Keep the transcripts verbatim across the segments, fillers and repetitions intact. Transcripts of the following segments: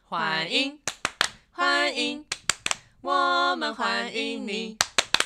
欢迎，欢迎，我们欢迎你。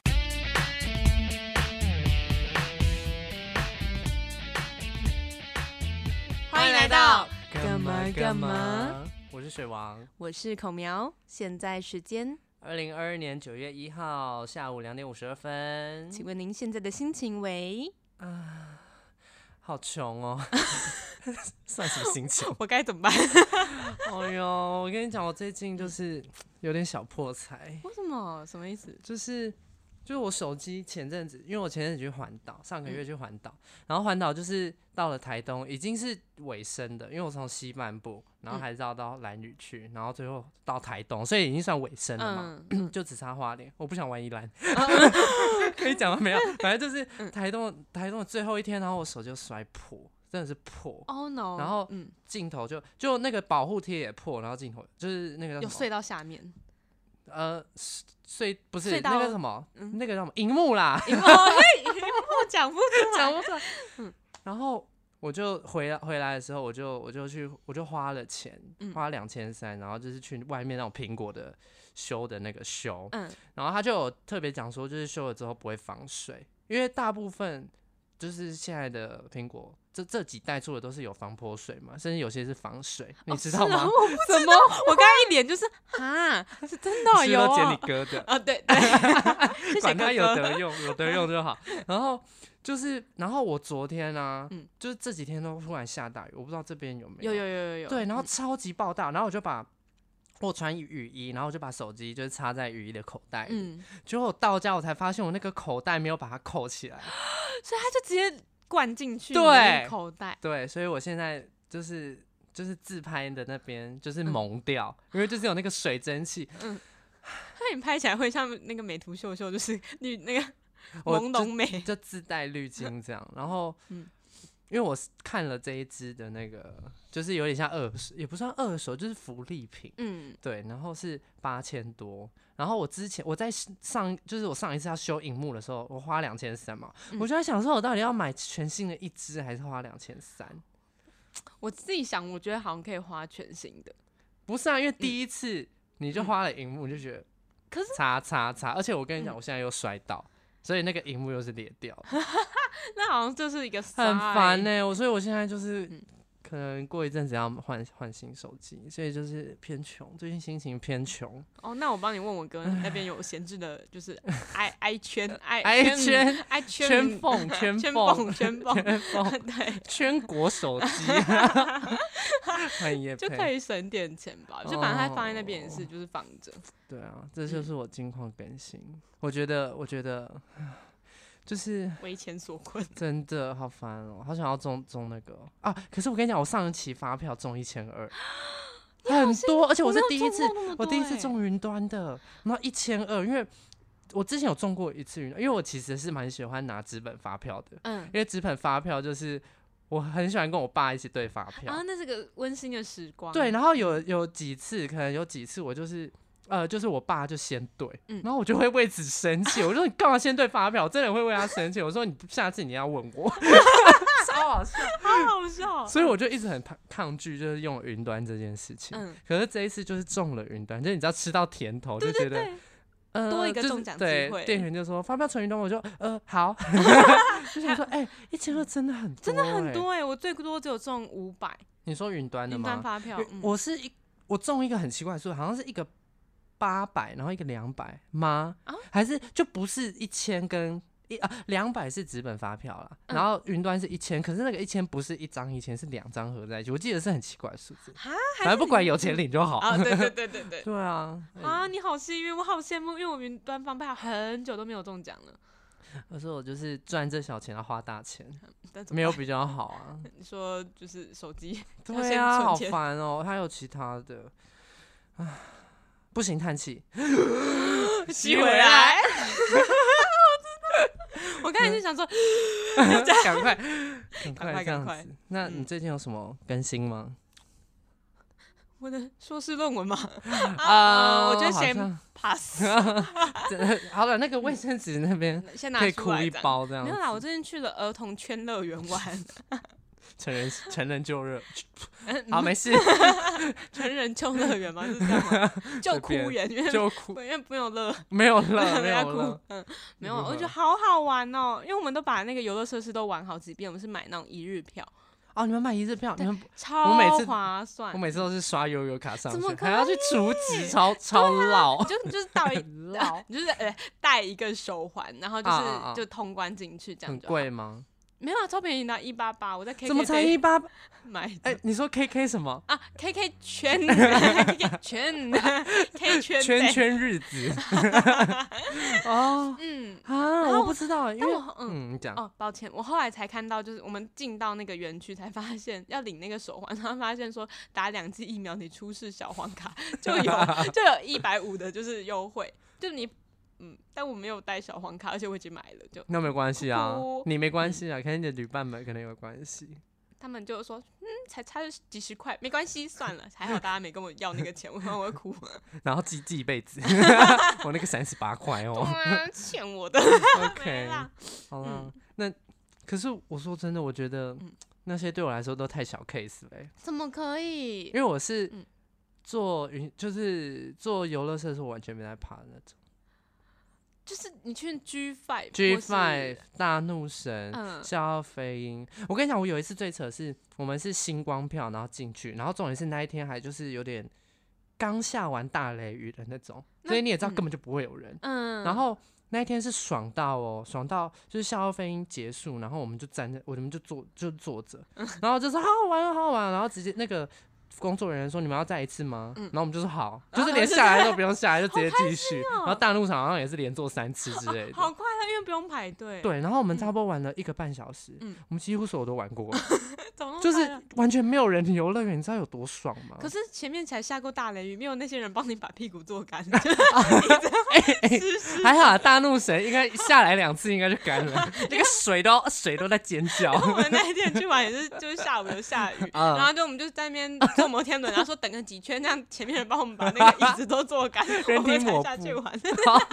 欢迎来到干嘛干嘛？ 我是水王， 我是口苗，现在时间二零二二年九月一号下午两点五十二分。 请问您现在的心情为？ 啊，好穷哦，算什么心情？ 我该怎么办？ 哎呦，我跟你讲，我最近就是有点小破财。 为什么？什么意思？ 就是就是我手机前阵子，因为我前阵子去环岛，上个月去环岛，嗯、然后环岛就是到了台东，已经是尾声的，因为我从西半部，然后还绕到兰屿去，然后最后到台东，所以已经算尾声了嘛，嗯、就只差花莲。我不想玩宜兰，可以讲吗？没有，反正就是台东台东的最后一天，然后我手就摔破。真的是破 ，Oh no！ 然后镜头就就那个保护贴也破，然后镜头就是那个有碎到下面， 呃，碎不是碎到那个什么，嗯、那个叫什么荧幕啦， 荧幕，嘿，荧幕讲不出来， 讲不出来。嗯，然后我就回来回来的时候，我就我就去我就花了钱，花两千三，然后就是去外面那种苹果的修的那个修，嗯，然后他就有特别讲说，就是修了之后不会防水，因为大部分就是现在的苹果。这这几代做的都是有防泼水嘛，甚至有些是防水，你知道吗？ 哦、我不知道，怎么？我刚刚一脸就是哈，是真的有、哦， 是都捡你哥的啊，对对，谢谢哥哥， 管他有得用，有得用就好。然后就是，然后我昨天啊，嗯、就是这几天都突然下大雨，我不知道这边有没有， 有有有有有， 对，然后超级爆大，然后我就把。我穿雨衣，然后我就把手机就是插在雨衣的口袋里。嗯，结果我到家我才发现我那个口袋没有把它扣起来， 所以它就直接灌进去那个口袋。 对，所以我现在就是就是自拍的那边就是蒙掉，嗯、因为就是有那个水蒸气。嗯， 那你拍起来会像那个美图秀秀，就是你那个朦胧美， 就自带滤镜这样。然后，嗯。因为我看了这一支的那个，就是有点像二手，也不算二手，就是福利品，嗯，对，然后是八千多。然后我之前我在上，就是我上一次要修萤幕的时候，我花两千三嘛，嗯、我就在想说，我到底要买全新的一支，还是花两千三？ 我自己想，我觉得好像可以花全新的。 不是啊，因为第一次你就花了萤幕，嗯、就觉得， 可是擦擦擦，而且我跟你讲，我现在又摔到。所以那个萤幕又是裂掉的那好像就是一个很烦呢、欸。我所以我现在就是、嗯、可能过一阵子要换换新手机，所以就是偏穷，最近心情偏穷。 哦，那我帮你问我哥那边有闲置的，就是 i i 圈 i i 圈 i 圈圈缝圈缝圈缝圈缝对圈国手机， 就可以省点钱吧。就反正它放在那边也是，就是放着。 对啊，这就是我近况更新。嗯、我觉得，我觉得，就是为钱所困， 真的好烦哦，好想要中中那个啊！可是我跟你讲，我上一期发票中一千二，很多，而且我是第一次，我, 我第一次中云端的，然后一千二，因为我之前有中过一次云端，因为我其实是蛮喜欢拿纸本发票的，嗯，因为纸本发票就是我很喜欢跟我爸一起对发票啊，那是个温馨的时光。 对，然后有有几次，可能有几次我就是。呃，就是我爸就先对，嗯、然后我就会为此生气。我说你干嘛先对发票？我真的会为他生气。我说你下次你要问我，超好笑， 好好笑。 所以我就一直很抗拒，就是用云端这件事情。嗯、可是这一次就是中了云端，就是你知道吃到甜头，就觉得对对对呃多一个中奖机会。 对，店员就说发票存云端，我就呃好，就想说哎，一千二真的很多、欸， 真的很多哎、欸，我最多只有中五百。 你说云端的吗？ 云端发票， 嗯、我是一我中一个很奇怪的数，好像是一个。八百，然后一个两百吗？啊、还是就不是一千跟一啊？两百是纸本发票啦，嗯、然后云端是一千，可是那个一千不是一张一千，是两张合在一起。我记得是很奇怪的数字。 啊， 反正不管有钱领就好。 啊，对对对对对。 对啊。 啊，你好幸运，我好羡慕，因为我云端发票很久都没有中奖了。 我说我就是赚这小钱要花大钱，没有比较好啊。 你说就是手机？ 对啊，好烦哦，还有其他的，唉。不行，叹气， 吸回来。我刚才就想说， 赶快，赶快这样子。那你最近有什么更新吗？ 我的硕士论文吗？啊，我就先 pass。 好了，那个卫生纸那边可以哭一包这样。 没有啦，我最近去了儿童圈乐园玩。 成人成人救热，好没事。 成人救乐园吗？是这样吗？救哭园，因为救哭， 因为没有乐， 没有乐，没有乐， 嗯，没有，我觉得好好玩哦，因为我们都把那个游乐设施都玩好几遍，我们是买那种一日票。 哦，你们买一日票，你们超划算。 我每次都是刷悠游卡上去， 还要去储值，超超老。 你就你就是到一老，你就是呃带一个手环，然后就是、啊啊啊、就通关进去，这样就好。 很贵吗？ 没有啊，超便宜的，一八八。我在 K K 怎么才一八八买的？ 哎、欸，你说 K K 什么啊 ？K K 圈 ，K K 圈 ，K 圈圈圈日子。哦， 嗯啊，我不知道，因为我嗯， 你讲哦，抱歉，我后来才看到，就是我们进到那个园区才发现要领那个手环，然后发现说打两剂疫苗，你出示小黄卡就有就有一百五的，就是优惠，就你。嗯，但我没有带小黄卡，而且我已经买了，就那没关系啊，你没关系啊，可能你的旅伴们可能有关系。 他们就说，嗯，才差几十块，没关系，算了，还好大家没跟我要那个钱，我怕我会哭。 然后记记一辈子，我那个三十八块哦， 啊，欠我的。 OK， 好啦，嗯、那可是我说真的，我觉得、嗯、那些对我来说都太小 case 了、欸。 怎么可以？ 因为我是坐云，就是坐游乐设施，我完全没在爬的那种。 就是你去 G 五 G 五 大怒神、嗯、笑傲飞鹰，我跟你讲，我有一次最扯的是，我们是星光票，然后进去，然后重点是那一天还就是有点刚下完大雷雨的那种，所以你也知道根本就不会有人。嗯，然后那一天是爽到哦，爽到就是笑傲飞鹰结束，然后我们就站在，我们就坐就坐着，然后就说好好玩，好好玩，然后直接那个。工作人员说：“你们要再一次吗？”嗯、然后我们就说：“好，就是连下来都不用下来，就直接继续。哦”然后大陆场好像也是连做三次之类的， 好快乐，因为不用排队。 对，然后我们差不多玩了一个半小时，嗯、我们几乎所有都玩过了， 了就是完全没有人游乐园，你知道有多爽吗？ 可是前面才下过大雷雨，没有那些人帮你把屁股做干。 哎哎，还好，大怒神应该下来两次应该就干了，那个水都水都在尖叫。 我们那一天去玩也是，就是下午有下雨，嗯、然后就我们就在那边坐摩天轮，然后说等个几圈，这样前面人帮我们把那个椅子都做干，我们才下去玩。人体抹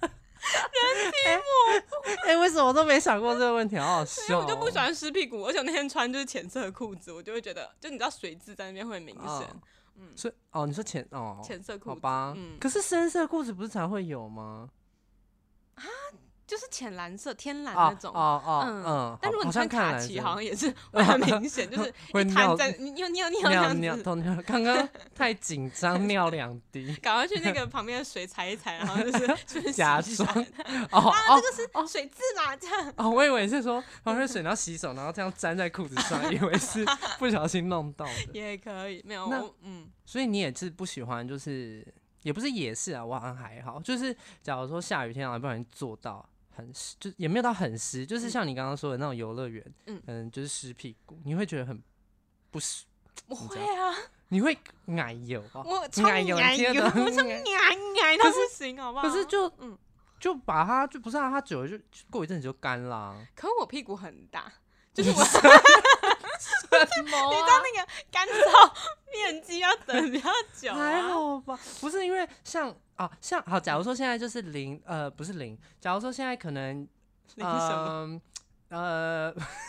布， 哎、欸，为什么我都没想过这个问题？好好笑、哦。 我就不喜欢湿屁股，而且我那天穿就是浅色的裤子，我就会觉得，就你知道水渍在那边会明显。哦、 嗯，所以哦，你说浅哦， 浅色裤子， 好吧。嗯，可是深色裤子不是才会有吗？ 啊。就是浅蓝色、天蓝那种， 哦哦嗯嗯， 但如果你穿卡其，好像也是会很明显，就是一滩在你尿尿尿尿尿尿尿，刚刚太紧张，尿两滴， 赶快去那个旁边的水踩一踩，然后就是就是假装哦啊，这个是水渍啦，这样哦，我以为是说旁边水然后洗手，然后这样粘在裤子上，以为是不小心弄到的， 也可以，没有那嗯， 所以你也是不喜欢，就是也不是也是啊，我好像还好，就是假如说下雨天啊，不小心做到。很湿，就也没有到很湿，就是像你刚刚说的那种游乐园，嗯，嗯，就是湿屁股，你会觉得很不湿。 我会啊， 你会奶油啊？ 我超奶油，我超奶奶到不行，好不好？ 可是就嗯，就把它就不是啊，它久了就过一阵子就干啦。 可我屁股很大，就是我。什么、啊？你知道那个干燥面积要等比较久、啊？ 还好吧，不是因为像啊，像好，假如说现在就是零，呃，不是零，假如说现在可能零什么？ 呃，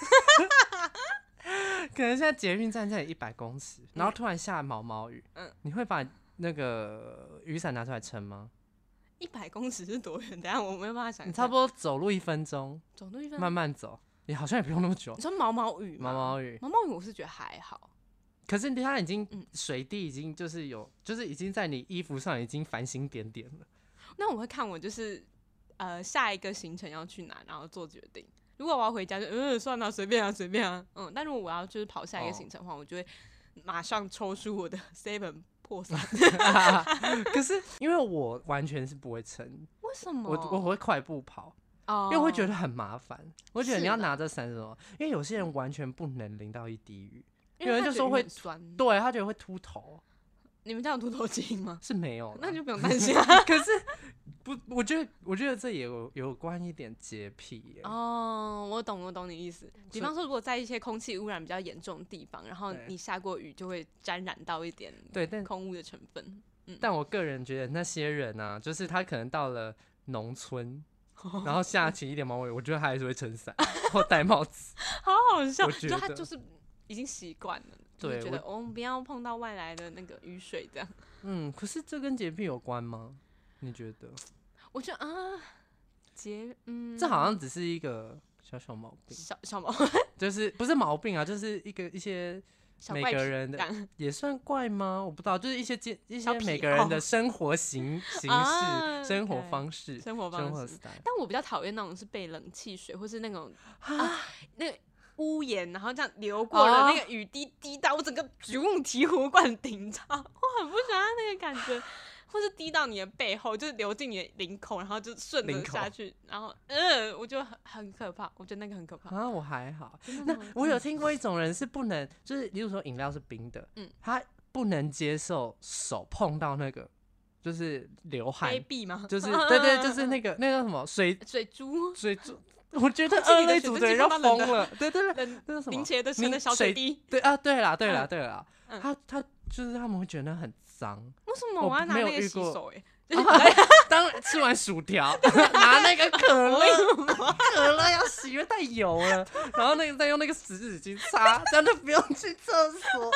可能现在捷运站这里一百公尺，然后突然下毛毛雨，嗯，你会把那个雨伞拿出来撑吗？ 一百公尺是多远？等一下我没有办法想象。 你差不多走路一分钟， 走路一分钟， 慢慢走。也好像也不用那么久。 你说毛毛雨毛吗？ 毛雨， 毛毛雨，我是觉得还好。 可是它已经、嗯、水滴已经就是有，就是已经在你衣服上已经繁星点点了。 那我会看我就是呃下一个行程要去哪，然后做决定。如果我要回家就嗯算了，随便啊随便啊嗯。但如果我要就是跑下一个行程的话，哦、我就会马上抽出我的 seven 破伞。 可是因为我完全是不会撑， 为什么？ 我我会快步跑。Oh, 因为我会觉得很麻烦，我觉得你要拿着伞什么，因为有些人完全不能淋到一滴雨，有人就说会酸， 对他觉得会秃头。 你们家有秃头巾吗？ 是没有， 那就不用担心啊。 可是不，我觉得我觉得这也有有关一点洁癖耶。 哦、oh, ，我懂我懂你意思。比方说，如果在一些空气污染比较严重的地方，然后你下过雨，就会沾染到一点对空污的成分。 嗯、但我个人觉得那些人啊，就是他可能到了农村。然后下起一点毛雨，我觉得他还是会撑伞或戴帽子， 好好笑。 我觉得他就是已经习惯了， 对， 就觉得我们、哦、不要碰到外来的那个雨水这样。 嗯，可是这跟洁癖有关吗？你觉得？ 我觉得啊，洁嗯， 这好像只是一个小小毛病， 小小毛病， 就是不是毛病啊，就是一个一些每个人的也算怪吗？我不知道，就是一些一些每个人的生活形形式、啊、生活方式、 生活方式。但我比较讨厌那种是被冷气水或是那种啊那个屋檐，然后这样流过的那个雨滴滴到我整个用醍醐灌顶，到我很不喜欢那个感觉。或是滴到你的背后，就是流进你的领口，然后就顺着下去，然后呃，我觉得很很可怕，我觉得那个很可怕。 啊，我还好。那我有听过一种人是不能，就是例如说饮料是冰的，嗯，他不能接受手碰到那个，就是流汗。 杯壁吗？ 就是对对，就是那个那个什么水水珠， 水珠。我觉得二类组的人要疯了，对对对，那个什么凝结的成的小水滴， 对啊，对啦对啦对啦，嗯、他他就是他们会觉得很脏。 为什么我要拿那个洗手、欸？ 哎、啊，当然吃完薯条拿那个可乐，可乐要洗，因为太油了，然后那个再用那个湿纸巾擦，这样就不用去厕所。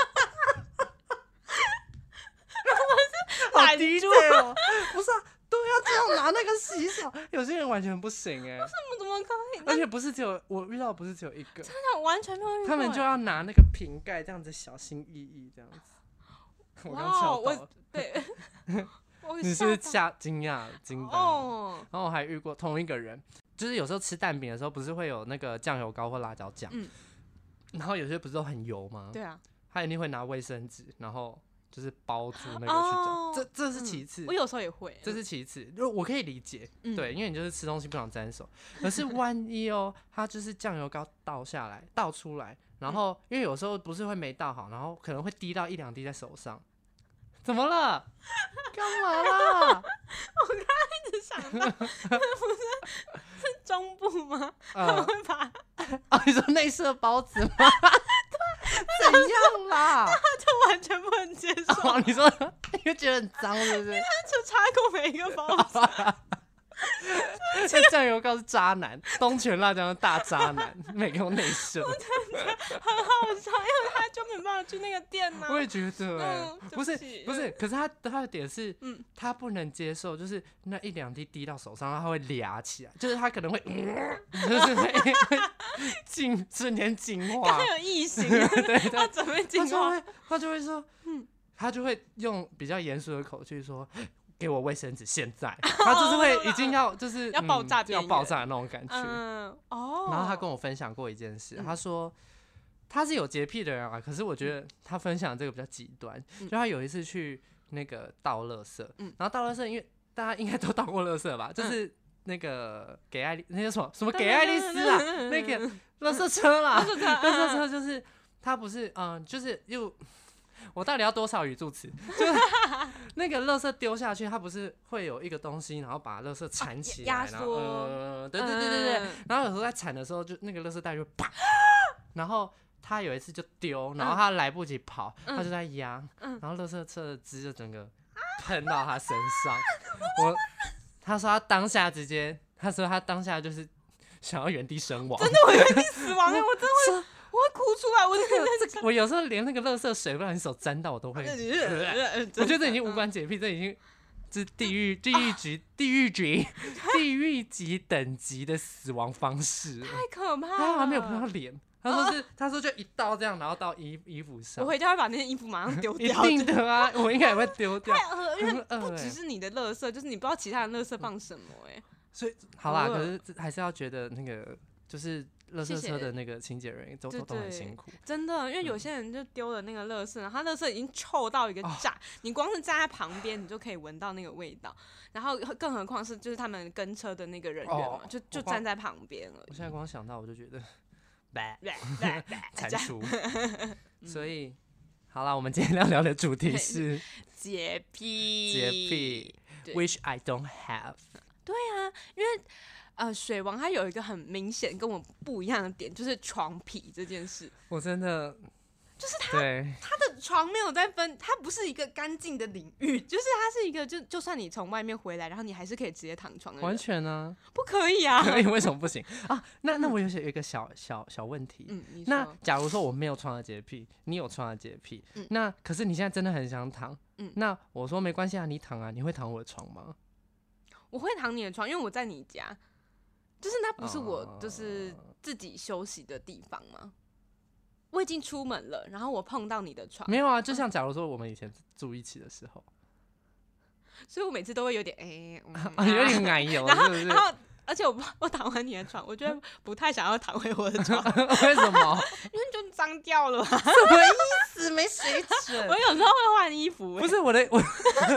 好低贱哦！不是啊。对啊，这样拿那个洗手，有些人完全不行哎、欸。 为什么怎么可以？ 而且不是只有我遇到，不是只有一个， 真的完全没有遇过。 他们就要拿那个瓶盖这样子小心翼翼这样子。我刚笑到了， 对， 你是不是吓惊讶惊呆？哦。然后我还遇过同一个人，就是有时候吃蛋饼的时候，不是会有那个酱油膏或辣椒酱，嗯，然后有些不是都很油吗？ 对啊， 他一定会拿卫生纸，然后。就是包住那个去讲、哦，这这是其次、嗯。 我有时候也会， 这是其次，我可以理解、嗯，对，因为你就是吃东西不想沾手。可是万一哦，它就是酱油膏倒下来、倒出来，然后、嗯、因为有时候不是会没倒好，然后可能会滴到一两滴在手上。怎么了？干嘛啦？ 我刚刚一直想到，不是是中部吗？呃、他们会把哦，你说内射包子吗？怎样啦？ 他就完全不能接受。 哦、你说因为觉得很脏，是不是？ 他就擦过每一个包子。 这酱油膏是渣男，东泉辣椒是大渣男，每个都内射。 我真的觉得很好笑，因为他就没办法去那个店呢、啊。 我也觉得、欸嗯，不是不是，可是他他的点是，嗯，他不能接受，就是那一两滴滴到手上，他会俩起来，就是他可能会，嗯、就是会进瞬间进化， 他有异形，对对，他准备进化， 他就会说，嗯，他就会用比较严肃的口气说。给我卫生纸，现在他就是会已经要就是要爆炸、嗯， 要爆炸的那种感觉。 嗯哦。 然后他跟我分享过一件事，嗯、他说他是有洁癖的人啊，可是我觉得他分享这个比较极端。嗯、就他有一次去那个倒垃圾，嗯、然后倒垃圾，因为大家应该都倒过垃圾吧，就是那个给爱丽那叫什么什么给爱丽丝啊，那个垃圾车啦，垃圾车就是他不是嗯，就是又。我到底要多少语助词？就是那个垃圾丢下去，它不是会有一个东西，然后把垃圾缠起来， 压缩、 呃，对对对对对。嗯、然后有时候在缠的时候，就那个垃圾袋就啪，然后他有一次就丢，然后他来不及跑，嗯、他就在压，嗯、然后垃圾车的汁就整个喷到他身上。我他说他当下直接，他说他当下就是想要原地身亡， 真的我原地死亡了，我真的会。我会哭出来，我真的、 這個、我有时候连那个垃圾水不然你手沾到我都会，我觉得这已经无关洁癖，这已经是地狱地狱级地狱级地狱级等级的死亡方式， 太可怕了。 他还没有碰到脸，他说是他说就一刀这样，然后到衣衣服上。 我回家会把那件衣服马上丢掉， 一定的啊，我应该也会丢掉。 太恶，因为不只是你的垃圾，就是你不知道其他的垃圾放什么哎、欸。 所以好啦，可是还是要觉得那个就是垃圾车的那个清洁人员都都很辛苦， 真的，因为有些人就丢了那个垃圾，然后他垃圾已经臭到一个炸，哦、你光是站在旁边，你就可以闻到那个味道，然后更何况是就是他们跟车的那个人员嘛，哦、就就站在旁边了。 我现在光想到我就觉得，蟾蜍。所以，好啦，我们今天要聊的主题是洁癖， 洁癖 ，which I don't have。 对啊，因为。呃，水王他有一个很明显跟我不一样的点，就是床癖这件事。 我真的就是他他的床没有在分，它不是一个干净的领域，就是它是一个就就算你从外面回来，然后你还是可以直接躺床的人。 完全啊， 不可以啊！ 可以，为什么不行啊？那那我有有一个小小小问题， 嗯，你说那假如说我没有床的洁癖，你有床的洁癖，嗯、那可是你现在真的很想躺，嗯，那我说没关系啊，你躺啊，你会躺我的床吗？ 我会躺你的床，因为我在你家，就是那不是我就是自己休息的地方吗？我已经出门了，然后我碰到你的床， 没有啊，就像假如说我们以前住一起的时候， 所以我每次都会有点哎、欸嗯啊，有点奶油， 然后是不是？ 然后而且我我躺完你的床，我觉得不太想要躺回我的床， 为什么？ 因为就脏掉了吧？ 什么意思？没水准。 我有时候会换衣服、欸， 不是我的我。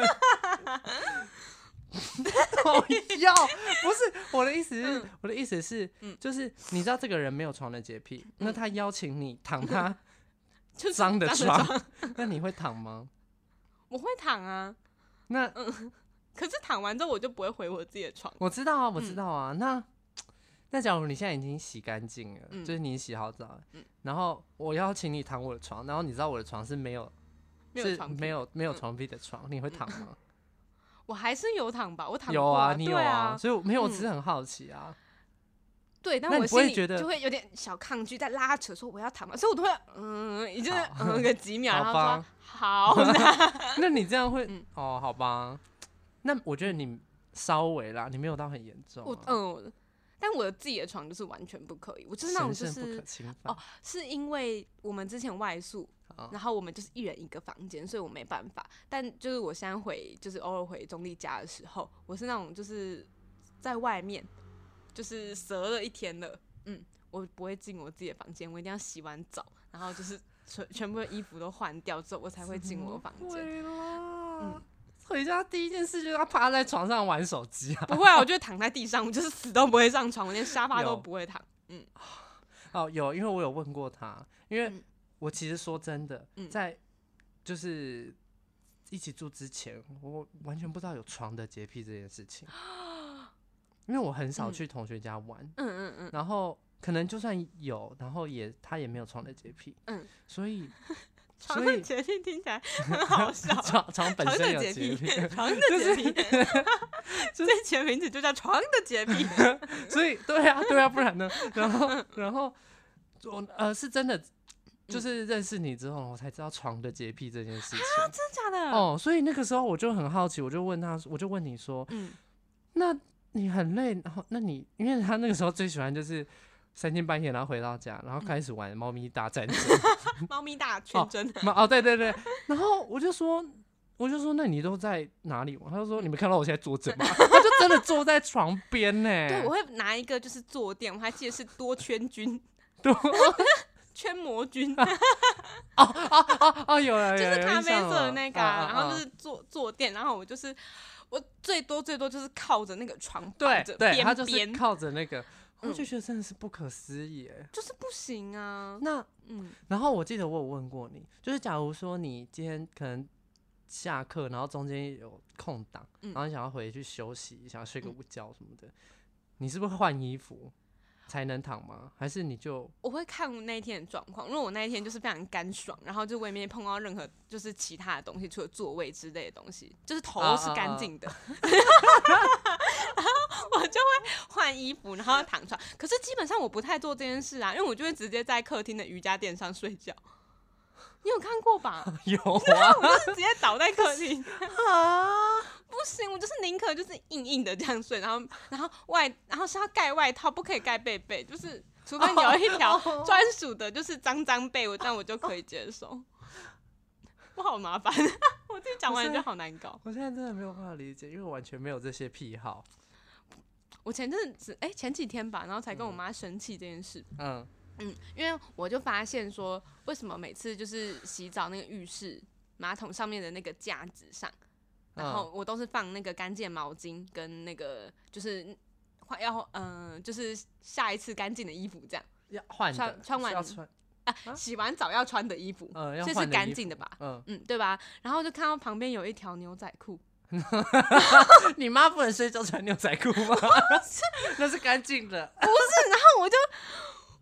哦要不是我的意思是，嗯、我的意思是，嗯、就是你知道这个人没有床的洁癖，嗯、那他邀请你躺他脏的床，的那你会躺吗？ 我会躺啊。 那、 嗯、可是躺完之后我就不会回我自己的床。 我知道啊，我知道啊。嗯、那那假如你现在已经洗干净了，嗯、就是你洗好澡了，嗯、然后我邀请你躺我的床，然后你知道我的床是没有没有床是没有没有床壁的床，嗯、你会躺吗？ 我还是有躺吧，我躺过、啊、 有啊，你有啊， 啊所以没有，我只是很好奇啊。 嗯、对，但我心里就会有点小抗拒，在拉扯，说我要躺嘛，所以我都会嗯，也就是嗯个几秒，然后说好。 那, 那你这样会、嗯、哦，好吧？那我觉得你稍微啦，你没有到很严重、啊。 我嗯，但我自己的床就是完全不可以，我就是那种就是哦，是因为我们之前外宿。然后我们就是一人一个房间，所以我没办法。但就是我现在回，就是偶尔回中立家的时候，我是那种就是在外面，就是折了一天了，嗯，我不会进我自己的房间，我一定要洗完澡，然后就是全全部的衣服都换掉之后，我才会进我的房间。 嗯，回家第一件事就是要趴在床上玩手机啊？ 不会啊，我就躺在地上，我就是死都不会上床，我连沙发都不会躺。嗯， 哦，有，因为我有问过他，因为。嗯我其实说真的，在就是一起住之前，我完全不知道有床的洁癖这件事情，因为我很少去同学家玩，嗯嗯嗯，然后可能就算有，然后也他也没有床的洁癖，嗯，所以床的洁癖听起来很好笑， 床床本身有洁癖， 床的洁癖，最前名字就叫床的洁癖， 所以对啊对啊，不然呢？然后然后我呃是真的。就是认识你之后，我才知道床的洁癖这件事情。 啊，真的假的？ 哦，所以那个时候我就很好奇，我就问他，我就问你说，嗯，那你很累，然后那你，因为他那个时候最喜欢就是三更半夜，然后回到家，然后开始玩猫咪大战争， 猫咪大全真。 哦, 哦，对对对，然后我就说，我就说，那你都在哪里玩？他就说，你没看到我现在坐着吗？他就真的坐在床边呢。 对，我会拿一个就是坐垫，我还记得是多圈菌。 多。 圈魔君哦哦哦哦，有了， 就是咖啡色的那个、啊，然后就是坐坐垫，然后我就是我最多最多就是靠着那个床板着， 对对，他就是靠着那个，我就觉得真的是不可思议哎， 就是不行啊。 那嗯，然后我记得我有问过你，就是假如说你今天可能下课，然后中间有空档，然后你想要回去休息，想要睡个午觉什么的，你是不是会换衣服？才能躺吗？还是你就我会看那一天的状况。如果我那一天就是非常干爽，然后就我也没碰到任何就是其他的东西，除了座位之类的东西，就是头是干净的，啊啊啊然后我就会换衣服，然后躺床。可是基本上我不太做这件事啊，因为我就会直接在客厅的瑜伽垫上睡觉。你有看过吧？ 有啊， 我就是直接倒在客厅啊。不行，我就是宁可就是硬硬的这样睡，然后然后外然后是要盖外套，不可以盖被被，就是除非你有一条专属的，就是脏脏被，我但我就可以接受。我好麻烦，我自己讲完就好难搞。 我现在真的没有办法理解，因为我完全没有这些癖好。 我前阵子哎、欸、前几天吧，然后才跟我妈生气这件事。嗯嗯，因为我就发现说，为什么每次就是洗澡那个浴室马桶上面的那个架子上。然后我都是放那个干净毛巾跟那个就是换要嗯、呃、就是下一次干净的衣服这样要换穿穿完穿啊洗完澡要穿的衣服， 嗯， 这是干净的吧？嗯嗯，对吧？然后就看到旁边有一条牛仔裤， 你妈不能睡觉穿牛仔裤吗？那是干净的， 不是？然后我就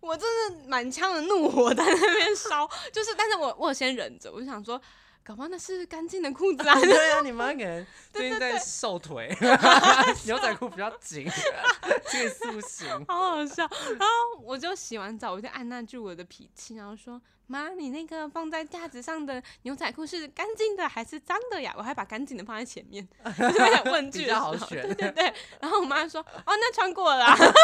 我真的满腔的怒火在那边烧，就是但是我我有先忍着，我就想说。搞不好那是干净的裤子啊！ 对啊，你妈可能最近在瘦腿，牛仔裤比较紧，这个塑形， 好好笑。然后我就洗完澡，我就按捺住我的脾气，然后说：“妈，你那个放在架子上的牛仔裤是干净的还是脏的呀？”我还把干净的放在前面，就是有点问句的时候， 比较好选。 对对对。然后我妈说：“哦，那穿过了、啊。”我说：“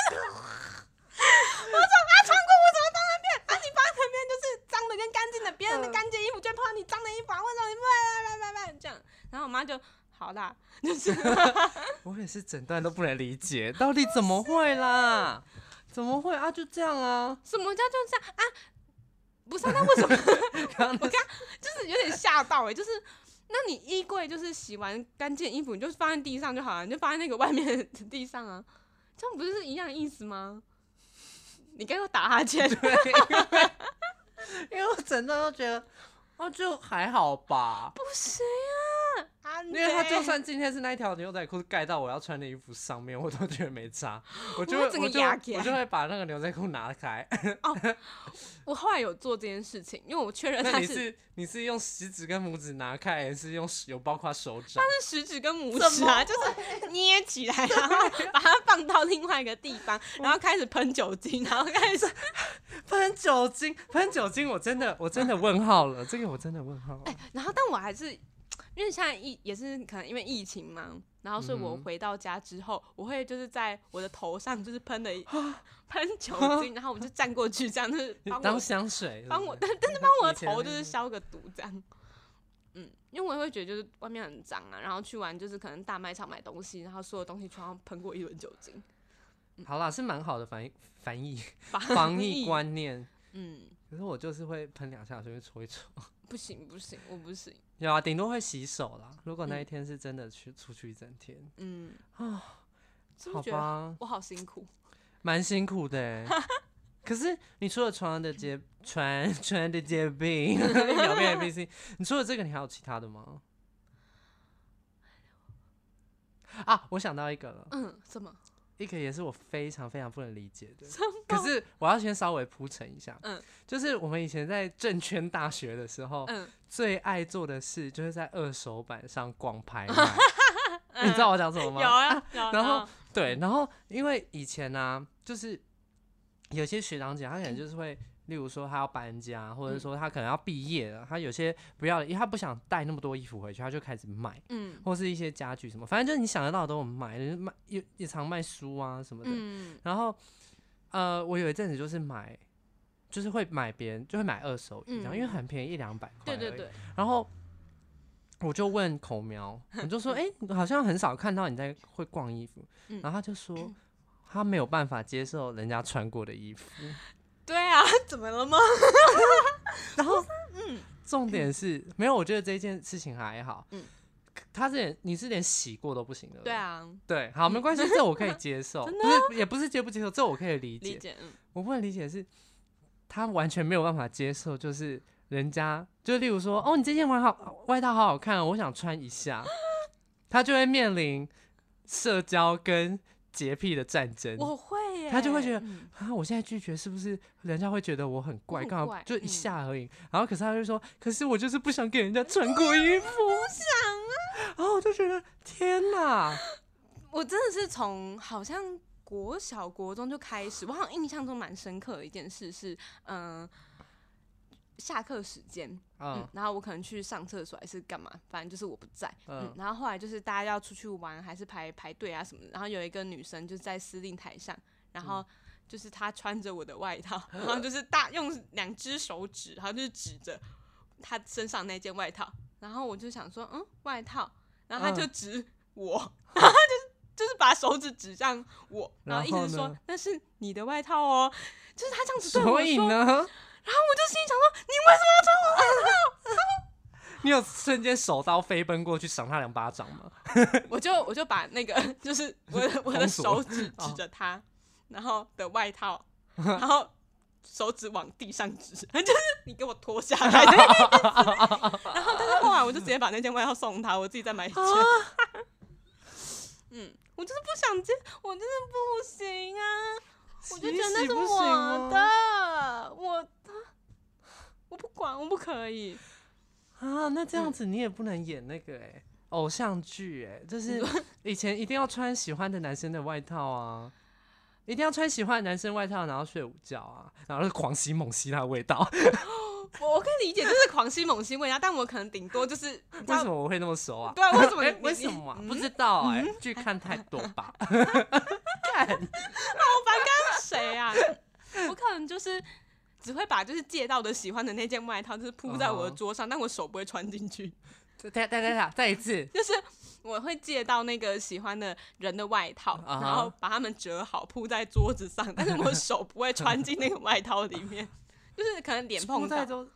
啊，穿过我怎么放那边？啊，你放那边就是脏的跟干净的，别人的干净衣服就会碰到你脏的衣服啊，为什么你不来来来来这样？”然后我妈就好啦，就是我也是整段都不能理解，到底怎么会啦？怎么会啊？就这样啊？ 什么叫就这样啊？不是，那为什么？我刚就是有点吓到哎、欸，就是那你衣柜就是洗完干净衣服，你就放在地上就好了，你就放在那个外面的地上啊，这样不是一样的意思吗？你刚刚打哈欠， 对，因为因为我整段都觉得，哦，就还好吧。 不行啊， 因为他就算今天是那一条牛仔裤盖到我要穿的衣服上面，我都觉得没差，我就会我整个我就压起来我就会把那个牛仔裤拿开。 哦，我后来有做这件事情，因为我确认他是那你是你是用食指跟拇指拿开，还是用有包括手掌？ 它是食指跟拇指啊，就是捏起来，然后把它放到另外一个地方，然后开始喷酒精，然后开始喷酒精，喷酒精，我真的我真的问号了，这个我真的问号了。 欸，然后但我还是因为现在疫也是可能因为疫情嘛，然后所以我回到家之后，我会就是在我的头上就是喷了喷酒精，然后我就站过去，这样就是帮我当香水， 帮我，但但是帮我的头就是消个毒这样。嗯，因为我也会觉得就是外面很脏啊，然后去完就是可能大卖场买东西，然后所有东西全要喷过一轮酒精。 嗯、好啦，是蛮好的防疫防疫防防疫观念。 嗯， 可是我就是会喷两下，随便搓一搓。 不行不行，我不行。 有啊，顶多会洗手啦。如果那一天是真的去出去一整天，嗯啊，好吧， 我好辛苦， 蛮辛苦的欸。可是你除了床的结床床的结冰，表面 A B C， 你除了这个，你还有其他的吗？啊，我想到一个了。 嗯，什么？ 一个也是我非常非常不能理解的，可是我要先稍微铺陈一下，嗯，就是我们以前在证券大学的时候，嗯，最爱做的事就是在二手版上逛拍卖，嗯、你知道我讲什么吗？ 有啊，有啊。 然后对，然后因为以前呢、啊，就是有些学长姐，他可能就是会。例如说他要搬家，或者说他可能要毕业了，他有些不要，因为他不想带那么多衣服回去，他就开始卖，嗯，或是一些家具什么，反正就是你想得到的都有卖，卖也也常卖书啊什么的。嗯、然后呃，我有一阵子就是买，就是会买别人就会买二手衣，这样、嗯、因为很便宜，一两百块。对对对。然后我就问口苗，我就说，哎、欸，好像很少看到你在会逛衣服，嗯、然后他就说他没有办法接受人家穿过的衣服。 对啊，怎么了吗？ 然后，嗯，重点是没有，我觉得这件事情还好。嗯，他是连你是连洗过都不行的。 对啊， 对，好，没关系，这我可以接受，不是也不是接不接受，这我可以理解。 理解，嗯， 我不能理解的是，他完全没有办法接受，就是人家就例如说，哦，你这件外套外套好好看、哦，我想穿一下，他就会面临社交跟洁癖的战争。 我会。 他就会觉得、嗯、啊，我现在拒绝是不是人家会觉得我很怪？干嘛就一下而已、嗯。然后可是他就说，可是我就是不想给人家穿过衣服， 不想啊。 然后我就觉得天哪， 我真的是从好像国小国中就开始，我好像印象中蛮深刻的一件事是，嗯、呃。下课时间、嗯嗯，然后我可能去上厕所还是干嘛，反正就是我不在、嗯嗯，然后后来就是大家要出去玩还是排排队啊什么的，然后有一个女生就在司令台上，然后就是她穿着我的外套，然后就是大用两只手指，然后就是指着她身上那件外套，然后我就想说，嗯，外套，然后她就指我，嗯、然后就是就是把手指指向我，然后一直说那是你的外套哦，就是她这样子对我说。 所以呢？ 然后我就心里想说，你为什么要穿我外套？你有瞬间手刀飞奔过去赏他两巴掌吗？ 我就我就把那个就是我的我的手指指着他，然后的外套，然后手指往地上指，就是你给我脱下来的意思。然后但是后来我就直接把那件外套送他，我自己再买一件。嗯，我就是不想接，我真的不行啊。 我就觉得那是我的，我我不管，我不可以啊。那这样子你也不能演那个哎、欸、偶像剧哎、欸，就是以前一定要穿喜欢的男生的外套啊。一定要穿喜欢的男生外套，然后睡午觉啊，然后狂吸猛吸他的味道。 我我可以理解，就是狂吸猛吸味道，但我可能顶多就是为什么我会那么熟啊？ 对啊，为什么你？ 欸、为什么、啊嗯？不知道哎、欸，剧、嗯、看太多吧。看，好烦，刚谁啊？我可能就是只会把就是借到的喜欢的那件外套，就是铺在我的桌上， uh-huh. 但我手不会穿进去。 再再再再再一次， 就是我会借到那个喜欢的人的外套， uh-huh. 然后把它们折好铺在桌子上，但是我手不会穿进那个外套里面，就是可能脸碰到。这是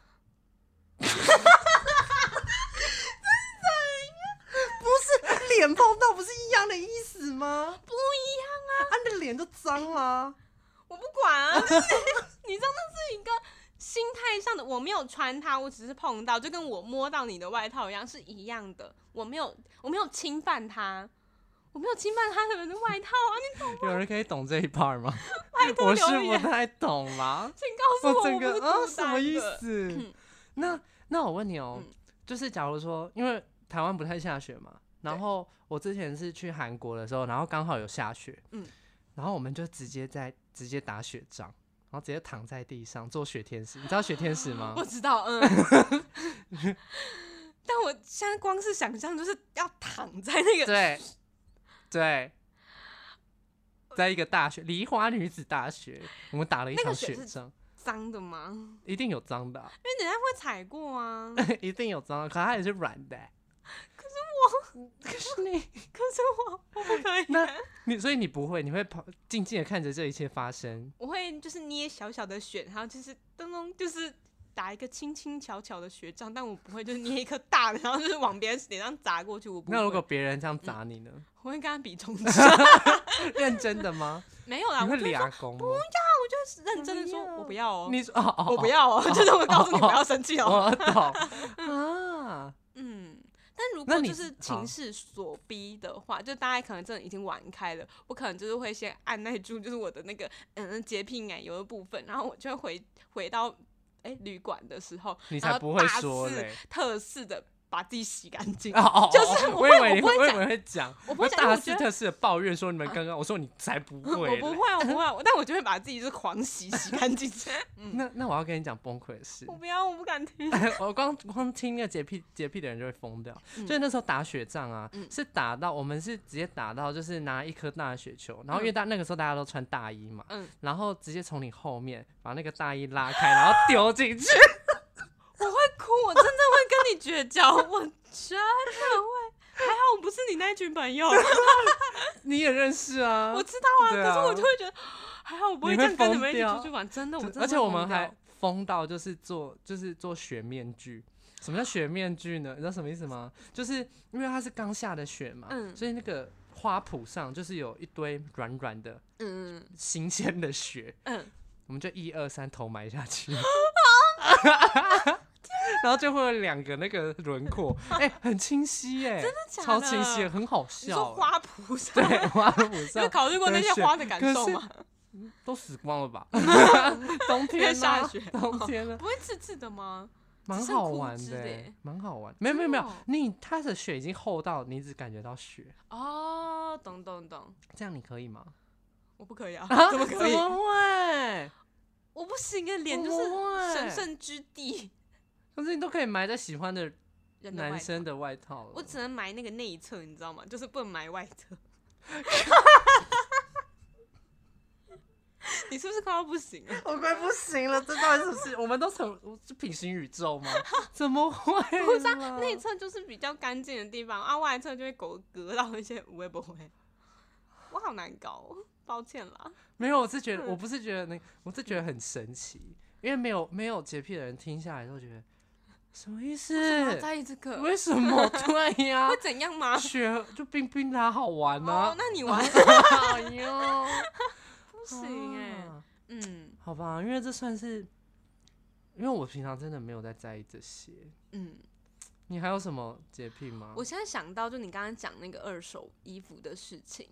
不是脸碰到不是一样的意思吗？ 不一样啊！ 啊，你的脸就脏了。 我不管啊，就是你知道那是一个心态上的，我没有穿它，我只是碰到，就跟我摸到你的外套一样，是一样的。我没有，我没有侵犯它，我没有侵犯他的人的外套啊！你懂吗？ 有人可以懂这一 part 吗？ 拜托留言， 我是不太懂吗？ 请告诉我， 我整个我不是孤单的、 啊、什么意思？ 嗯、 那那我问你哦、喔嗯，就是假如说，因为台湾不太下雪嘛，然后我之前是去韩国的时候，然后刚好有下雪，嗯，然后我们就直接在直接打雪仗。然后直接躺在地上做雪天使，你知道雪天使吗？ 我知道，嗯。但我现在光是想象，就是要躺在那个对对，在一个大雪梨花女子大学，我们打了一场雪仗。 脏的吗？ 一定有脏的、啊， 因为人家会踩过啊。 一定有脏的，可它也是软的、欸。 可是我， 可是你， 可是我，我不可以。 那你所以你不会，你会跑静静的看着这一切发生。 我会就是捏小小的雪，然后就是咚咚，就是打一个轻轻巧巧的雪仗，但我不会就是捏一颗大的，然后就是往别人脸上砸过去。我不会。 那如果别人这样砸你呢？嗯、 我会跟他比中指。 认真的吗？ 没有啦， 你会俩公？ 不要，我就认真的说，我不要哦、喔。 你说哦哦， 我不要哦、喔，就是我告诉你不要生气哦、喔。 我懂啊， 嗯。但如果就是情势所逼的话，就大概可能真的已经玩开了，我可能就是会先按耐住，就是我的那个嗯洁癖奶油的部分，然后我就会回回到哎旅馆的时候， 你才不会说嘞， 特事的把自己洗干净。 哦哦哦就是我我以为我不会讲， 我以为会讲， 我不会讲， 大肆特肆的抱怨说你们刚刚，啊、我说你才不会， 我不会，我不会，但我就会把自己就是狂洗洗干净。 嗯、那那我要跟你讲崩溃的事， 我不要，我不敢听。 我光光听那个洁癖洁癖的人就会疯掉。 嗯、 所以那时候打雪仗啊、嗯，是打到我们是直接打到就是拿一颗大的雪球，然后因为大那个时候大家都穿大衣嘛，嗯、然后直接从你后面把那个大衣拉开，然后丢进去。 我会哭，我真的会跟你绝交，我真的会。还好我不是你那一群朋友。 你也认识啊？ 我知道 啊, 啊，可是我就会觉得，还好我不会这样跟你们一起出去玩，真的，我真的。 而且我们还疯到就是做就是做雪面具。什么叫雪面具呢？你知道什么意思吗？就是因为它是刚下的雪嘛，嗯、所以那个花圃上就是有一堆软软的、嗯新鲜的雪，嗯，我们就一二三头埋下去。然后就会有两个那个轮廓，哎、欸，很清晰哎、欸， 真的假的？ 超清晰，很好笑、欸。 你说花圃上？ 对，花圃上。 有考虑过那些花的感受吗？ 都死光了吧？冬天啊， 下雪， 冬天了， 不会刺刺的吗？ 蛮好玩的、欸，蛮好玩。没有没有没有，你它的雪已经厚到你只感觉到雪。 哦，懂懂懂。 这样你可以吗？ 我不可以啊， 啊怎么可以？ 怎么会？ 我不行啊，脸就是神圣之地。 可是你都可以埋在喜欢的男生的外套了， 我只能埋那个内侧，你知道吗？就是不能埋外侧。你是不是快要不行了？ 我快不行了，这到底是不是？我们都成是平行宇宙吗？怎么会？ 不是啊，内侧就是比较干净的地方啊，外侧就会隔隔到一些无微不会。我好难搞哦，抱歉啦。 没有，我是觉得，我不是觉得那，我是觉得很神奇，因为没有没有洁癖的人听下来都觉得。什么意思？ 为什么要在意这个？ 为什么？对呀、啊， 会怎样吗？ 雪就冰冰的好玩啊！ 哦，那你玩？ 哎呦， 不行哎、欸啊，嗯， 好吧，因为这算是，因为我平常真的没有在在意这些。嗯，你还有什么洁癖吗？ 我现在想到，就你刚刚讲那个二手衣服的事情，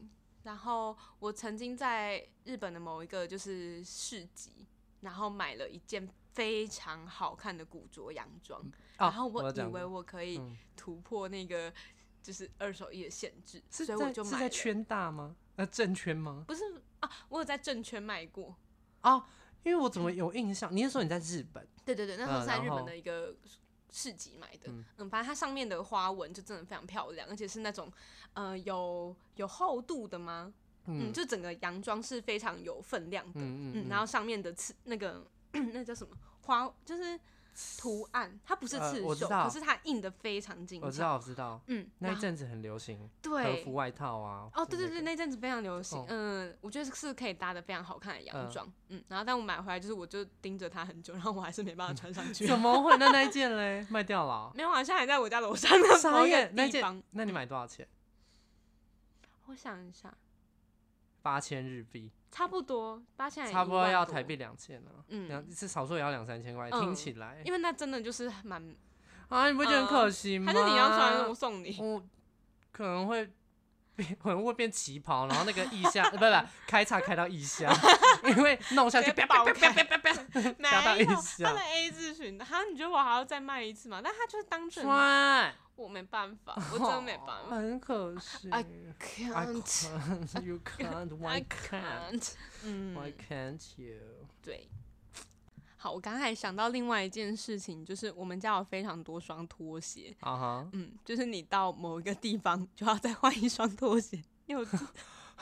然后我曾经在日本的某一个就是市集，然后买了一件非常好看的古着洋装， 哦、 然后我以我为我可以突破那个就是二手衣的限制， 是所以我就买了。 是在圈大吗？呃，正圈吗？ 不是啊，我有在正圈卖过。 哦，因为我怎么有印象？你是说你在日本？ 对对对，那时候是在日嗯、 本的一个市集买的。 嗯, 嗯，反正它上面的花纹就真的非常漂亮，而且是那种呃有有厚度的吗？嗯, 嗯，就整个洋装是非常有分量的。嗯, 嗯, 嗯然后上面的刺那个那叫什么花，就是图案，它不是刺绣、呃，可是它印的非常精巧。 我知道，我知道。 嗯， 那一阵子很流行， 对， 和服外套啊。 哦，对对对，那阵子非常流行。 哦、 嗯，我觉得是可以搭的非常好看的洋装。嗯, 嗯，然后但我买回来就是，我就盯着它很久，然后我还是没办法穿上去。 怎么会？那那一件嘞，卖掉了、哦？ 没有啊，现在还在我家楼上的某一个地方。 那你买多少钱？ 我想一下， 八千日币。 差不多八千， 差不多要台币两千了，嗯，是少说也要两三千块、 嗯， 听起来， 因为那真的就是蛮啊，你不觉得很可惜吗？ 还是你要穿我送你？ 我可能会可能会变旗袍，然后那个腋下不不开叉开到腋下，因为弄下去啪啪啪啪啪啪啪， 啪到腋下。他的 A 字裙，哈，你觉得我还要再卖一次吗？但他就是当成穿。 我没办法，我真的没办法， 很可惜。 I can't, I can't, you can't, why can't? 嗯 Why can't you? 对，好，我刚才想到另外一件事情，就是我们家有非常多双拖鞋，啊哈、uh-huh. 嗯，就是你到某一个地方就要再换一双拖鞋，你有，就是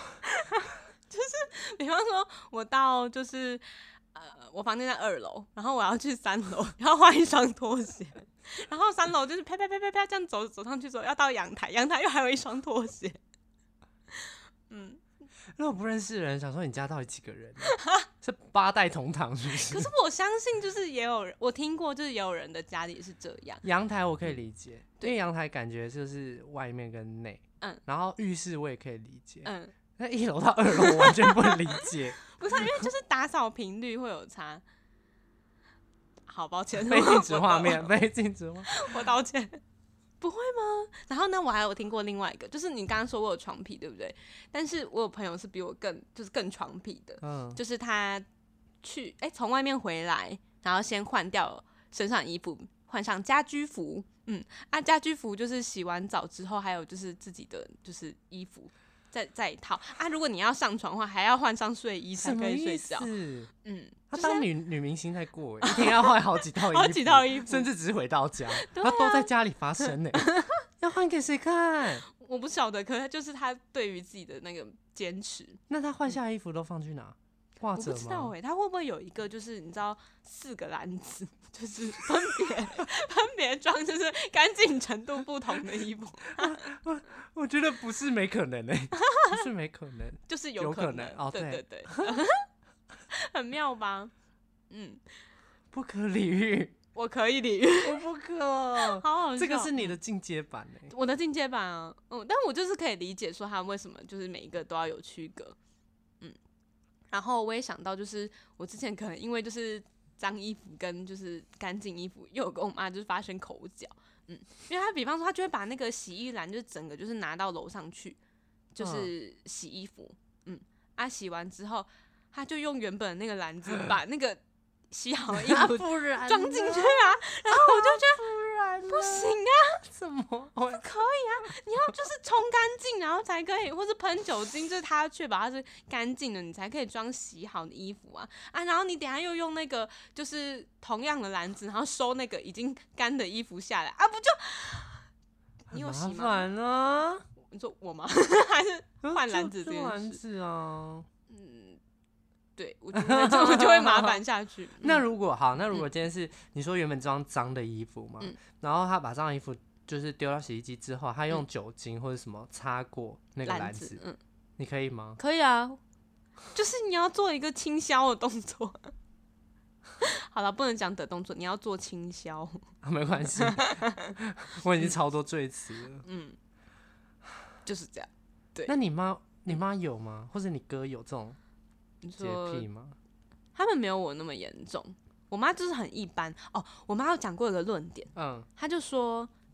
比方说我到就是呃我房间在二楼，然后我要去三楼，要换一双拖鞋。然后三楼就是啪啪啪啪啪这样走走上去之后，要到阳台，阳台又还有一双拖鞋。嗯， 如果不认识的人，想说你家到底几个人？是八代同堂是不是？ 可是我相信，就是也有人我听过，就是也有人的家里是这样。 阳台我可以理解，嗯、因为阳台感觉就是外面跟内，嗯，然后浴室我也可以理解，嗯，那一楼到二楼我完全不能理解。 不是、啊，因为就是打扫频率会有差。好抱歉， 被禁止画面，被禁止画面， 我道歉。不会吗？然后呢，我还有听过另外一个，就是你刚刚说我有床癖，对不对？但是我有朋友是比我更就是更床癖的，嗯，就是他去哎从外面回来，然后先换掉身上衣服，换上家居服，嗯，啊家居服就是洗完澡之后，还有就是自己的就是衣服。再再一套啊！如果你要上床的话，还要换上睡衣才可以睡觉。嗯， 他当女女明星在过，一天要换好几套衣服， 好几套衣服， 甚至只是回到家，他、 啊、 都在家里发生呢。要换给谁看？ 我不晓得，可是就是他对于自己的那个坚持。 那他换下衣服都放去哪？挂着吗？ 我不知道哎、欸，他会不会有一个就是你知道四个篮子，就是分别分别装就是干净程度不同的衣服？ 我, 我, 我觉得不是没可能哎、欸，不是没可能， 就是有可能， 有可能哦， 对对对，很妙吧？嗯， 不可理喻， 我可以理喻， 我不可， 好好笑， 这个是你的进阶版哎、欸， 我的进阶版啊，嗯，但我就是可以理解说他为什么就是每一个都要有区隔，嗯。然后我也想到，就是我之前可能因为就是脏衣服跟就是干净衣服，又有跟我妈就是发生口角，嗯，因为她比方说她就会把那个洗衣篮就整个就是拿到楼上去，就是洗衣服，嗯，啊洗完之后，她就用原本那个篮子把那个洗好的衣服装进去啊，然后我就觉得不行啊， 怎么不可以啊？你要就是冲干净，然后才可以，或是喷酒精，就是它确保它是干净的，你才可以装洗好的衣服啊啊！然后你等一下又用那个就是同样的篮子，然后收那个已经干的衣服下来啊，不就你有洗吗？ 很麻烦啊！ 你说我吗？还是换篮子这件事？ 篮子啊， 嗯。对，我觉得这就会麻烦下去。 那如果好，那如果今天是你说原本装脏的衣服嘛，嗯、然后他把脏的衣服就是丢到洗衣机之后，他用酒精或者什么擦过那个篮子，嗯，你可以吗？ 可以啊，就是你要做一个清消的动作。好了，不能讲的动作，你要做清消。 啊、没关系，我已经超多赘词了。 嗯，就是这样。对， 那你妈，你妈有吗？或者你哥有这种？洁癖吗？ 他们没有我那么严重，我妈就是很一般哦。我妈有讲过一个论点，嗯，她就说，因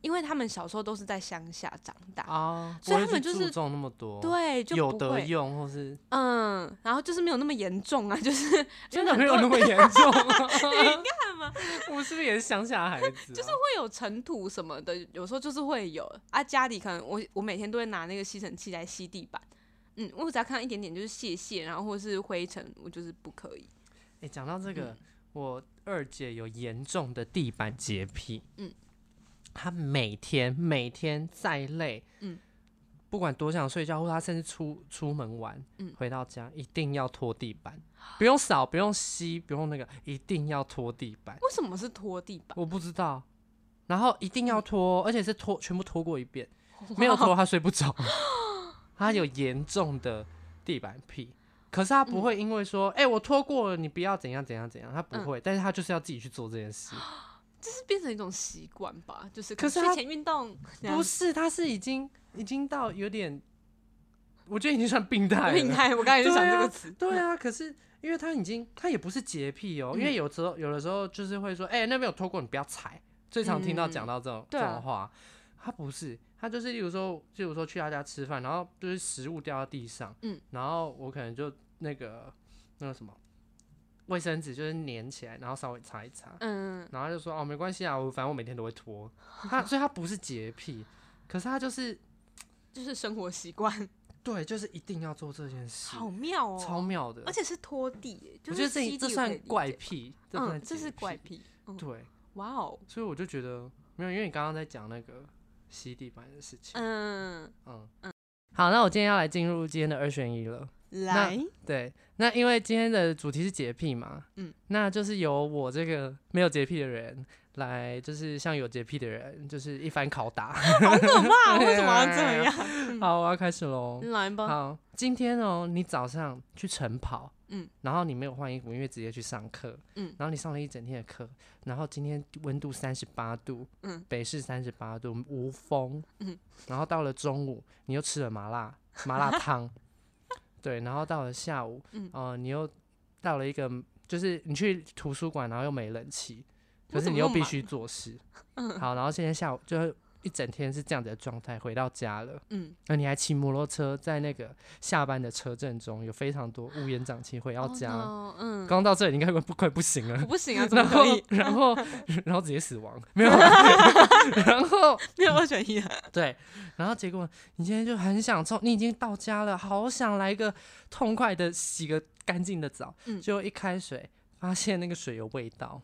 因为他们小时候都是在乡下长大啊， 所以他们就是注重那么多， 对，就有不会得用或是嗯，然后就是没有那么严重啊，就是真的没有那么严重、啊。 你看嘛， 我是不是也是乡下孩子、啊？ 就是会有尘土什么的，有时候就是会有啊。家里可能我我每天都会拿那个吸尘器来吸地板，嗯，我只要看到一点点就是屑屑，然后或是灰尘，我就是不可以。 哎、欸，讲到这个、 嗯， 我二姐有严重的地板洁癖， 嗯， 她每天每天再累， 嗯， 不管多想睡觉，或她甚至出出门玩， 嗯， 回到家一定要拖地板，不用扫，不用吸，不用那个，一定要拖地板。 为什么是拖地板？ 我不知道。然后一定要拖，嗯、而且是拖全部拖过一遍，没有拖她睡不着。她有严重的地板癖。可是他不会因为说，哎、嗯欸，我拖过了，你不要怎样怎样怎样，他不会，嗯、但是他就是要自己去做这件事， 这是变成一种习惯吧？就是可是睡前运动， 不是，他是已经已经到有点，我觉得已经算病态了。 病态，我刚才就想这个词。 对啊，对啊，可是因为他已经，他也不是洁癖哦、喔，嗯、因为有时候有的时候就是会说，哎、欸，那边有拖过，你不要踩，最常听到讲到这种、嗯、这种话，他不是。他就是，例如说，例如说去他家吃饭，然后就是食物掉到地上，嗯，然后我可能就那个那个什么卫生纸就是粘起来，然后稍微擦一擦，嗯，然后他就说哦没关系啊，我反正我每天都会拖，他所以他不是洁癖，可是他就是就是生活习惯， 对，就是一定要做这件事， 好妙哦， 超妙的， 而且是拖地，就是、 我觉得这这算怪癖，这算嗯，这是怪癖， 嗯、对， 哇哦， 所以我就觉得没有，因为你刚刚在讲那个。吸地板的事情，嗯嗯嗯，好，那我今天要来进入今天的二选一了。 来， 对，那因为今天的主题是洁癖嘛，嗯，那就是由我这个没有洁癖的人来，就是像有洁癖的人，就是一番拷打， 好可怕，为什么要这样？ 好，我要开始喽， 来吧。 好，今天哦，你早上去晨跑。嗯，然后你没有换衣服，因为直接去上课。嗯，然后你上了一整天的课，然后今天温度三十八度，嗯，北市三十八度，无风。嗯，然后到了中午，你又吃了麻辣麻辣汤，对，然后到了下午，嗯，呃，你又到了一个，就是你去图书馆，然后又没冷气，可是你又必须做事。嗯，好，然后现在下午就。一整天是这样子的状态，回到家了，嗯，那你还骑摩托车在那个下班的车阵中，有非常多乌烟瘴气，回到家， oh no, 嗯，刚到这里应该会不快不行了， 我不行啊，怎么可以？ 然后，然后，然后直接死亡，没有，然后没有二选一啊， 对，然后结果你今天就很想冲，你已经到家了，好想来一个痛快的洗个干净的澡，嗯，结果一开水发现那个水有味道，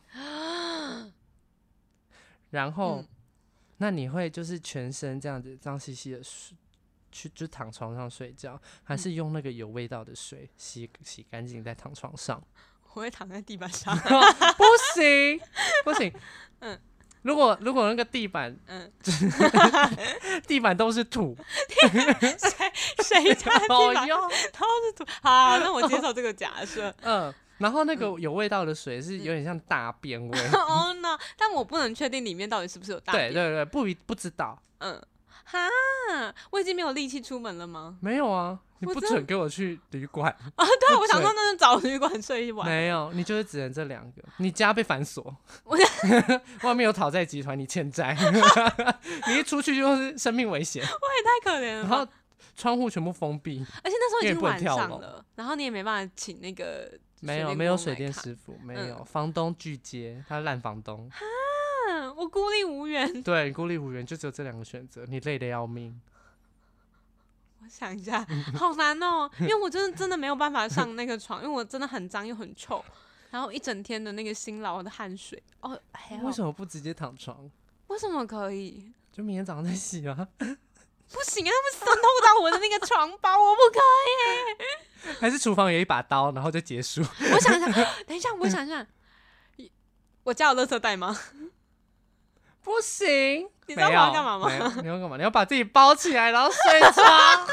然后。嗯，那你会就是全身这样子脏兮兮的去就躺床上睡觉，还是用那个有味道的水洗洗干净再躺床上？ 我会躺在地板上。 不行不行，嗯，如果如果那个地板，嗯，地板都是土， 谁谁家地板都是土？好，那我接受这个假设。嗯。 然后那个有味道的水是有点像大便味， 哦、嗯 no！ 但我不能确定里面到底是不是有大便。 对对对，不不知道。 嗯，哈，我已经没有力气出门了吗？ 没有啊，你不准给我去旅馆啊！对啊，我想说那就找旅馆睡一晚。 没有，你就是只能这两个。你家被反锁，外面有讨债集团，你欠债，你一出去就是生命危险。 我也太可怜了。 然后窗户全部封闭， 而且那时候已经晚上了，然后你也没办法请那个。 没有没有水电师傅，没有、嗯、房东拒接，他是烂房东。 哈，我孤立无援。 对，孤立无援，就只有这两个选择，你累得要命。 我想一下，好难哦，因为我真的真的没有办法上那个床，因为我真的很脏又很臭，然后一整天的那个辛劳的汗水。哦， 为什么不直接躺床？ 为什么可以？ 就明天早上再洗啊。 不行啊，他们渗透到我的那个床包，我不可以。 还是厨房有一把刀，然后就结束。 我想一下，等一下，我想一下，我家有垃圾袋吗？ 不行， 你知道我要干嘛吗？ 你要干嘛？你要把自己包起来，然后睡床。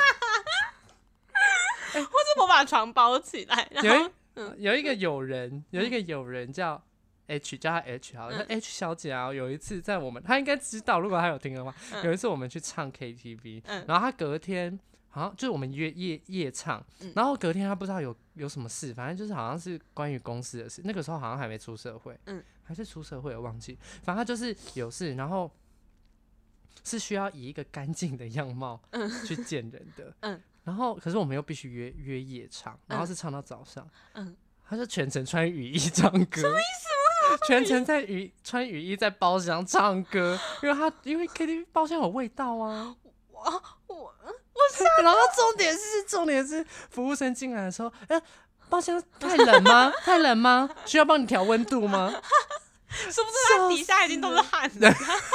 或者我把床包起来，然后有、嗯、有一个友人，有一个友人叫 H， 叫他 H 好了，嗯、H 小姐啊，有一次在我们，她应该知道，如果她有听的话，嗯、有一次我们去唱 K T V，、嗯、然后她隔天好像就是我们约夜夜唱，嗯、然后隔天她不知道有有什么事，反正就是好像是关于公司的事，那个时候好像还没出社会，嗯、还是出社会我忘记，反正她就是有事，然后是需要以一个干净的样貌去见人的。 嗯， 然后可是我们又必须约约夜唱，然后是唱到早上。 嗯， 他就全程穿雨衣唱歌。什么意思？全程在雨穿雨衣在包厢唱歌，因为他因为 K T V 包厢有味道啊。 我我我然后重点是重点是服务生进来的时候，哎、欸，包厢太冷吗？太冷吗？需要帮你调温度吗？ 是不是他底下已经都是汗了？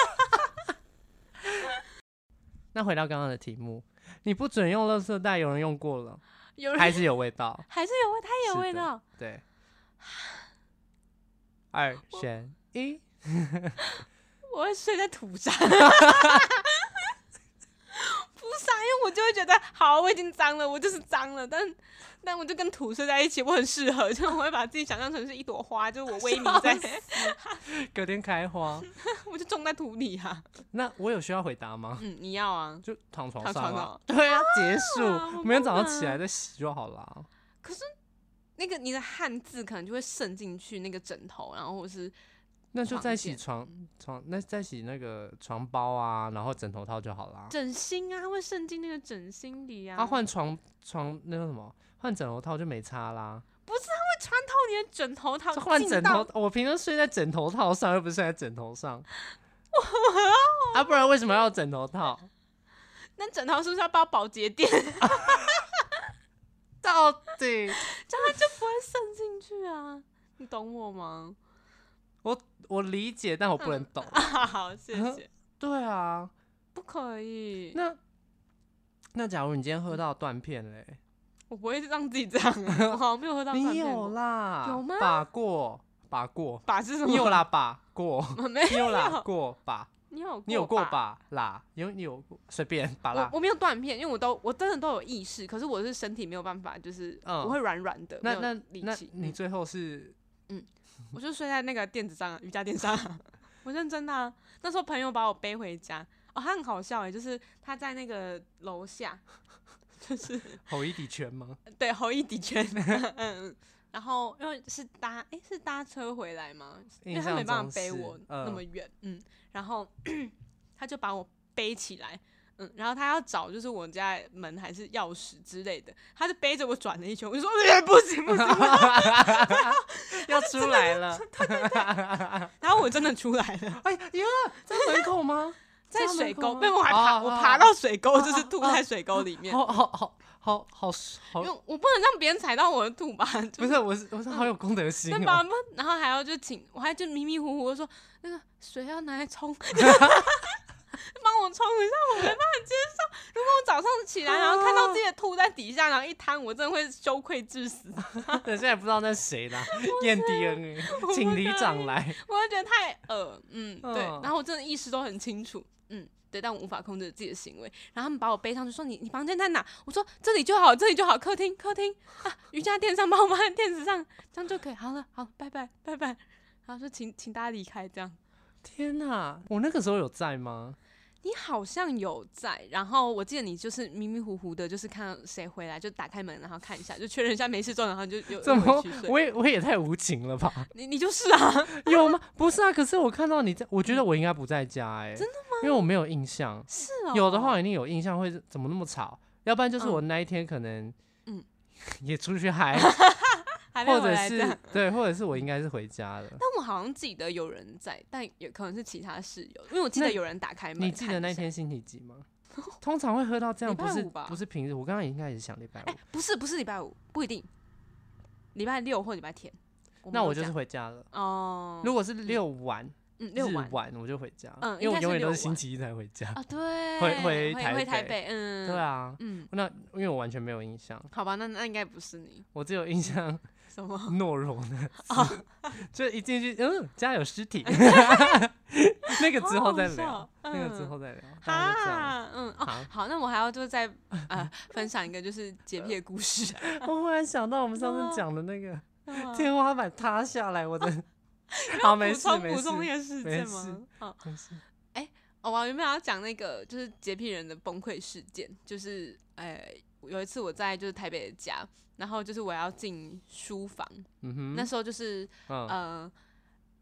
那回到刚刚的题目，你不准用垃圾袋，有人用过了， 有人还是有味道， 还是有味，它也有味道。 对，二选一， 我会睡在土上。不是啊，因为我就会觉得，好，我已经脏了，我就是脏了，但但我就跟土睡在一起，我很适合，就我会把自己想象成是一朵花，就是我萎靡在， 隔天开花， 我就种在土里啊。 那我有需要回答吗？ 嗯，你要啊， 就躺床躺上啊， 床上对啊，结束， 啊明天早上起来再洗就好了。 可是那个你的汗渍可能就会渗进去那个枕头，然后或是。 那就再洗床床，那再洗那个床包啊，然后枕头套就好啦。 枕芯啊，会渗进那个枕芯里啊。 他换床床那个什么，换枕头套就没差啦。 不是，他会穿透你的枕头套。 换枕头，我平常睡在枕头套上，又不是睡在枕头上。啊，不然为什么要枕头套？ 那枕头是不是要包保洁垫？ 到底这样它就不会渗进去啊？你懂我吗？ 我我理解，但我不能懂。 嗯啊、好，谢谢。 对啊， 不可以。 那那假如你今天喝到断片嘞？ 我不会让自己这样、啊，我好像没有喝到断片。 你有啦？ 有吗？ 把过，把过， 把是什么？ 你有啦？把过， 没有？ 你有啦？过把。 你有过你有过吧啦？有你有随便把啦。 我我没有断片，因为我都我真的都有意识，可是我是身体没有办法，就是我会软软的， 那那那你最后是嗯。我就睡在那个垫子上，瑜伽垫上，我认真的啊。那时候朋友把我背回家，哦，他很好笑哎，就是他在那个楼下，就是侯一迪圈吗？ 对，侯一迪圈，嗯，然后因为是搭，哎、欸，是搭车回来吗？因为他没办法背我那么远，嗯，然后他就把我背起来。嗯，然后他要找就是我家门还是钥匙之类的，他就背着我转了一圈，我就说哎、欸、不行不行， 要出来了， 对对对，然后我真的出来了， 哎呀，在门口吗？ 在水沟，被我还爬，我爬到水沟，就是吐在水沟里面， 好好好好好好， 因为我不能让别人踩到我的吐吧， 不是，我是我是好有公德心哦， 然后还要就请，我还就迷迷糊糊的说那个水要拿来冲。帮我冲一下，我没办法接受。如果我早上起来，然后看到自己的吐在底下，然后一滩，我真的会羞愧致死。 现在不知道那是谁啦，验 D N A， 请里长来。 我会觉得太恶，嗯，对。然后我真的意识都很清楚，嗯，对，但我无法控制自己的行为。然后他们把我背上去，说你你房间在哪？我说这里就好，这里就好，客厅客厅啊，瑜伽垫上，把我放在垫子上，这样就可以。好了，好，拜拜拜拜。然后说请请大家离开，这样。 天哪，我那个时候有在吗？ 你好像有在，然后我记得你就是迷迷糊糊的，就是看到谁回来就打开门，然后看一下，就确认一下没事做，然后就有怎么回去睡。 我也我也太无情了吧？ 你你就是啊， 有吗？不是啊，可是我看到你在，我觉得我应该不在家哎、欸， 真的吗？ 因为我没有印象。 是哦， 有的话一定有印象，会怎么那么吵？要不然就是我那一天可能嗯也出去嗨。或者是对，或者是我应该是回家了。 但我好像记得有人在，但也可能是其他室友，因为我记得有人打开门。 你记得那天星期几吗？通常会喝到这样，不是不是平日。我刚刚应该也是想礼拜五、 欸，不是不是礼拜五，不一定，礼拜六或礼拜天。 那我就是回家了哦。如果是六晚， 嗯，六晚晚我就回家， 嗯， 因为我永远都是星期一才回家啊。对， 回回台北， 回台北，嗯， 对啊，嗯，那因为我完全没有印象。 好吧，那那应该不是你， 我只有印象。 什么懦弱的字，就一进去，嗯，家有尸体，那个之后再聊，那个之后再聊。 啊，嗯，哦，好，那我还要就再呃分享一个就是洁癖的故事。 我忽然想到我们上次讲的那个天花板塌下来，我的，好，没事没事， 补充那个事件吗？好， 没事。 哎，我原本要讲那个就是洁癖人的崩溃事件，就是哎有一次我在就是台北的家。然后就是我要进书房，嗯、那时候就是、嗯、呃，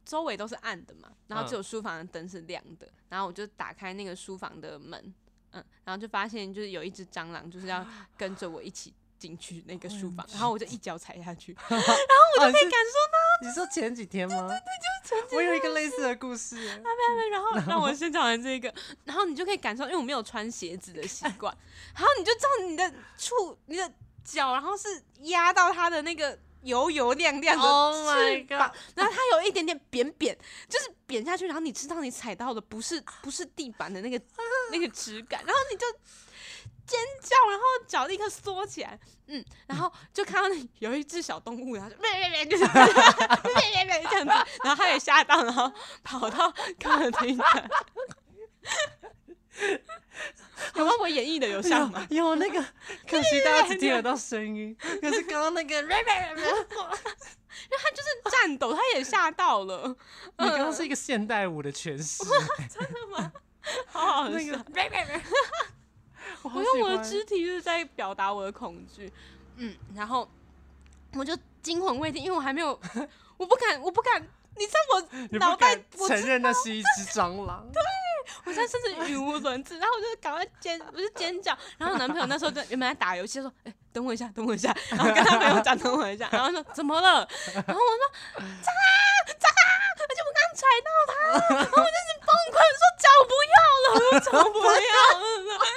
周围都是暗的嘛，然后只有书房的灯是亮的，然后我就打开那个书房的门，嗯，然后就发现就是有一只蟑螂就是要跟着我一起进去那个书房，然后我就一脚踩下去，然后我就可以感受到。 你说前几天吗？对对对， 就是前几天。 我有一个类似的故事。 啊没有然后让我先讲完这个，然后你就可以感受，因为我没有穿鞋子的习惯，然后你就知道你的触你的脚，然后是压到它的那个油油亮亮的翅膀， oh 然后它有一点点扁扁，就是扁下去，然后你知道你踩到的不是不是地板的那个那个质感，然后你就尖叫，然后脚立刻缩起来，嗯，然后就看到有一只小动物，然后就就是这样子，然后它也吓到，然后跑到客厅来。有吗？我演绎的有像吗？ 有, 有那个，可惜大家只听得到声音，可是刚刚那个，因为他就是颤抖，他也吓到了。 你刚刚是一个现代舞的诠释， 真的吗？好好笑。那个我用我的肢体就是在表达我的恐惧，嗯，然后我就惊魂未定，因为我还没有，我不敢，我不敢，你知道我脑袋承认那是一只蟑螂， 对，我现在甚至语无伦次，然后我就赶快尖，我就尖叫，然后男朋友那时候就原本在打游戏，说，哎、欸，等我一下，等我一下，然后跟他朋友讲等我一下，然后说怎么了？然后我说蟑螂，蟑螂，而且我刚踩到他，然后我就是崩溃，说脚不要了，我说脚不要了。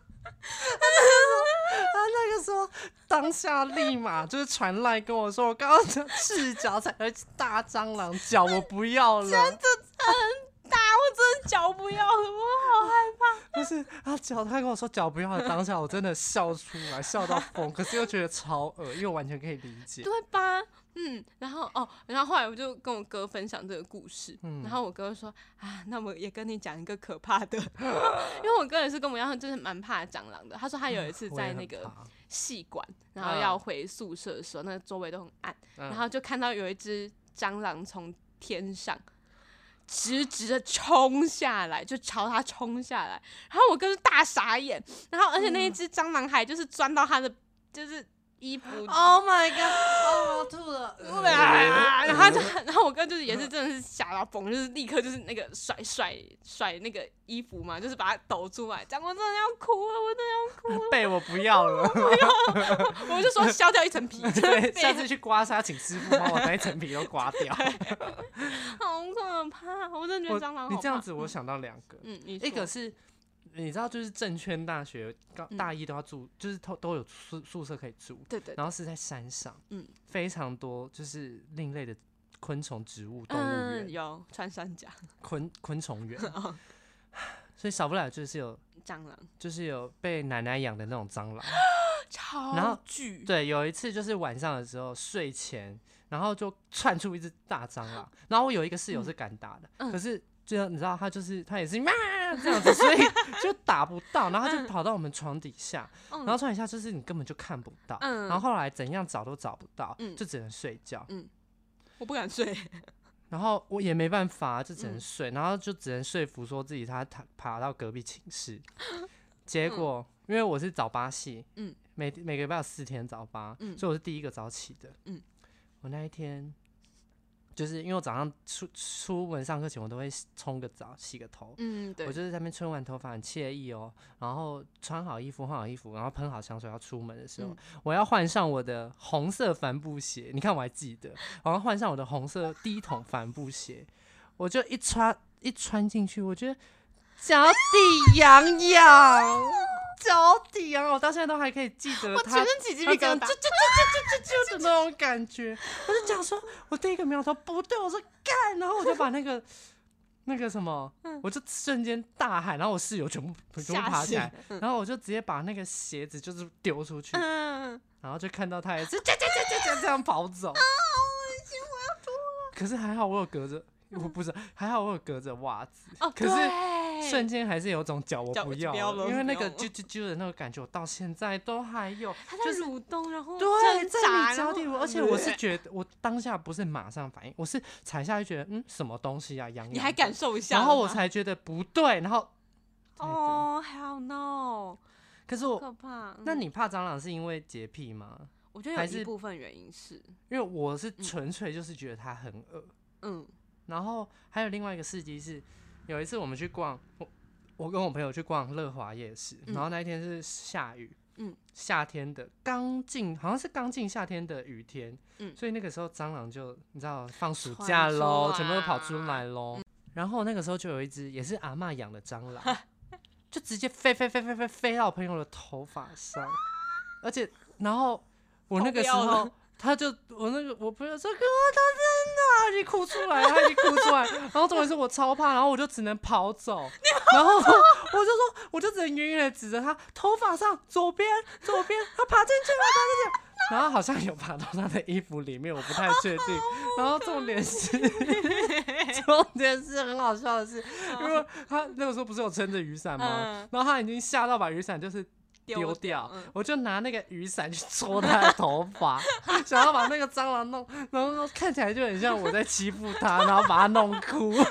他那个时候当下立马就是传来跟我说，我刚刚赤脚踩了大蟑螂脚，我不要了， 真的很大，我真的脚不要了，我好害怕。 不是他脚，他跟我说脚不要的当下，我真的笑出来，笑到疯，可是又觉得超恶，因为我完全可以理解， 对吧？嗯，然后哦，然后后来我就跟我哥分享这个故事，嗯、然后我哥说啊，那我也跟你讲一个可怕的，因为我哥也是跟我一样，就是蛮怕蟑螂的。他说他有一次在那个系馆，然后要回宿舍的时候，那个周围都很暗，嗯、然后就看到有一只蟑螂从天上直直的冲下来，就朝他冲下来，然后我哥是大傻眼，然后而且那一只蟑螂还就是钻到他的就是衣服 ，Oh my god， 哦，我吐了， 啊、然后他就，然后我哥就是也是真的是吓到疯，就是立刻就是那个甩甩甩那个衣服嘛，就是把它抖出来，讲我真的要哭了，我真的要哭了， 被我不要了，我不要，我就说削掉一层皮， 对，下次去刮痧请师傅帮我把一层皮都刮掉， 好可怕，我真的觉得蟑螂好怕。 你这样子，我想到两个，嗯，一个是。你知道，就是证券大学大一都要住，嗯、就是都都有宿宿舍可以住， 对 对, 对。 然后是在山上，嗯，非常多就是另类的昆虫、植物、动物园、 嗯，有穿山甲、 昆昆虫园，哦、所以少不了就是有蟑螂， 就是有被奶奶养的那种蟑螂， 超巨。 对，有一次就是晚上的时候睡前，然后就窜出一只大蟑螂，然后我有一个室友是敢打的，嗯、可是。就你知道他就是他也是嘛这样子，所以就打不到，然后他就跑到我们床底下，嗯、然后床底下就是你根本就看不到，嗯、然后后来怎样找都找不到，嗯、就只能睡觉。嗯， 我不敢睡， 然后我也没办法，就只能睡，嗯、然后就只能说服说自己他他爬到隔壁寝室，结果、嗯、因为我是早八系，嗯、每每个礼拜有四天早八，嗯、所以我是第一个早起的。嗯、我那一天。就是因为我早上出出门上课前，我都会冲个澡、洗个头。嗯，对。我就是在那边吹完头发很惬意哦，然后穿好衣服、换好衣服，然后喷好香水要出门的时候，嗯、我要换上我的红色帆布鞋。你看我还记得，我要换上我的红色低筒帆布鞋，我就一穿一穿进去，我觉得脚底痒痒。脚底啊！我到现在都还可以记得他， 我全身起鸡皮疙瘩， 就就就就就就就那种感觉。我就讲说，我第一个苗头不对，我说干，然后我就把那个那个什么，嗯、我就瞬间大喊，然后我室友全部全部爬起来，嗯、然后我就直接把那个鞋子就是丢出去，嗯、然后就看到他也是这这这这这样跑走。啊，好恶心，我要吐了。 可是还好我有隔着。我不是，还好我有隔着袜子，哦、可是瞬间还是有种脚我不要了，了因为那个啾啾啾的那个感觉，我到现在都还有， 它在蠕动，然后对，在你脚底，而且我是觉得，我当下不是马上反应，我是踩下去觉得，嗯，什么东西啊，痒痒， 你还感受一下， 然后我才觉得不对，然后， 哦 ，Hell no， 可是我可怕， 那你怕蟑螂是因为洁癖吗？ 我觉得有一部分原因是， 因为我是纯粹就是觉得它很恶，嗯。 然后还有另外一个事迹是，有一次我们去逛，我我跟我朋友去逛乐华夜市，嗯、然后那一天是下雨，嗯，夏天的刚进，好像是刚进夏天的雨天，嗯，所以那个时候蟑螂就你知道放暑假喽，全部都跑出来喽、嗯。然后那个时候就有一只也是阿嬷养的蟑螂，就直接飞飞飞飞飞飞到我朋友的头发上，而且然后我那个时候。他就我那个我朋友说哥他真的他已经哭出来了，他已经哭出来，然后重点是我超怕，然后我就只能跑走，然后我就说我就只能远远的指着他头发上左边左边，他爬进去了爬进去，然后好像有爬到他的衣服里面，我不太确定。然后重点是重点是很好笑的是，因为他那个时候不是有撑着雨伞吗？然后他已经吓到把雨伞就是。丢掉、嗯，我就拿那个雨伞去戳他的头发，想要把那个蟑螂弄，然后看起来就很像我在欺负他，然后把他弄哭。重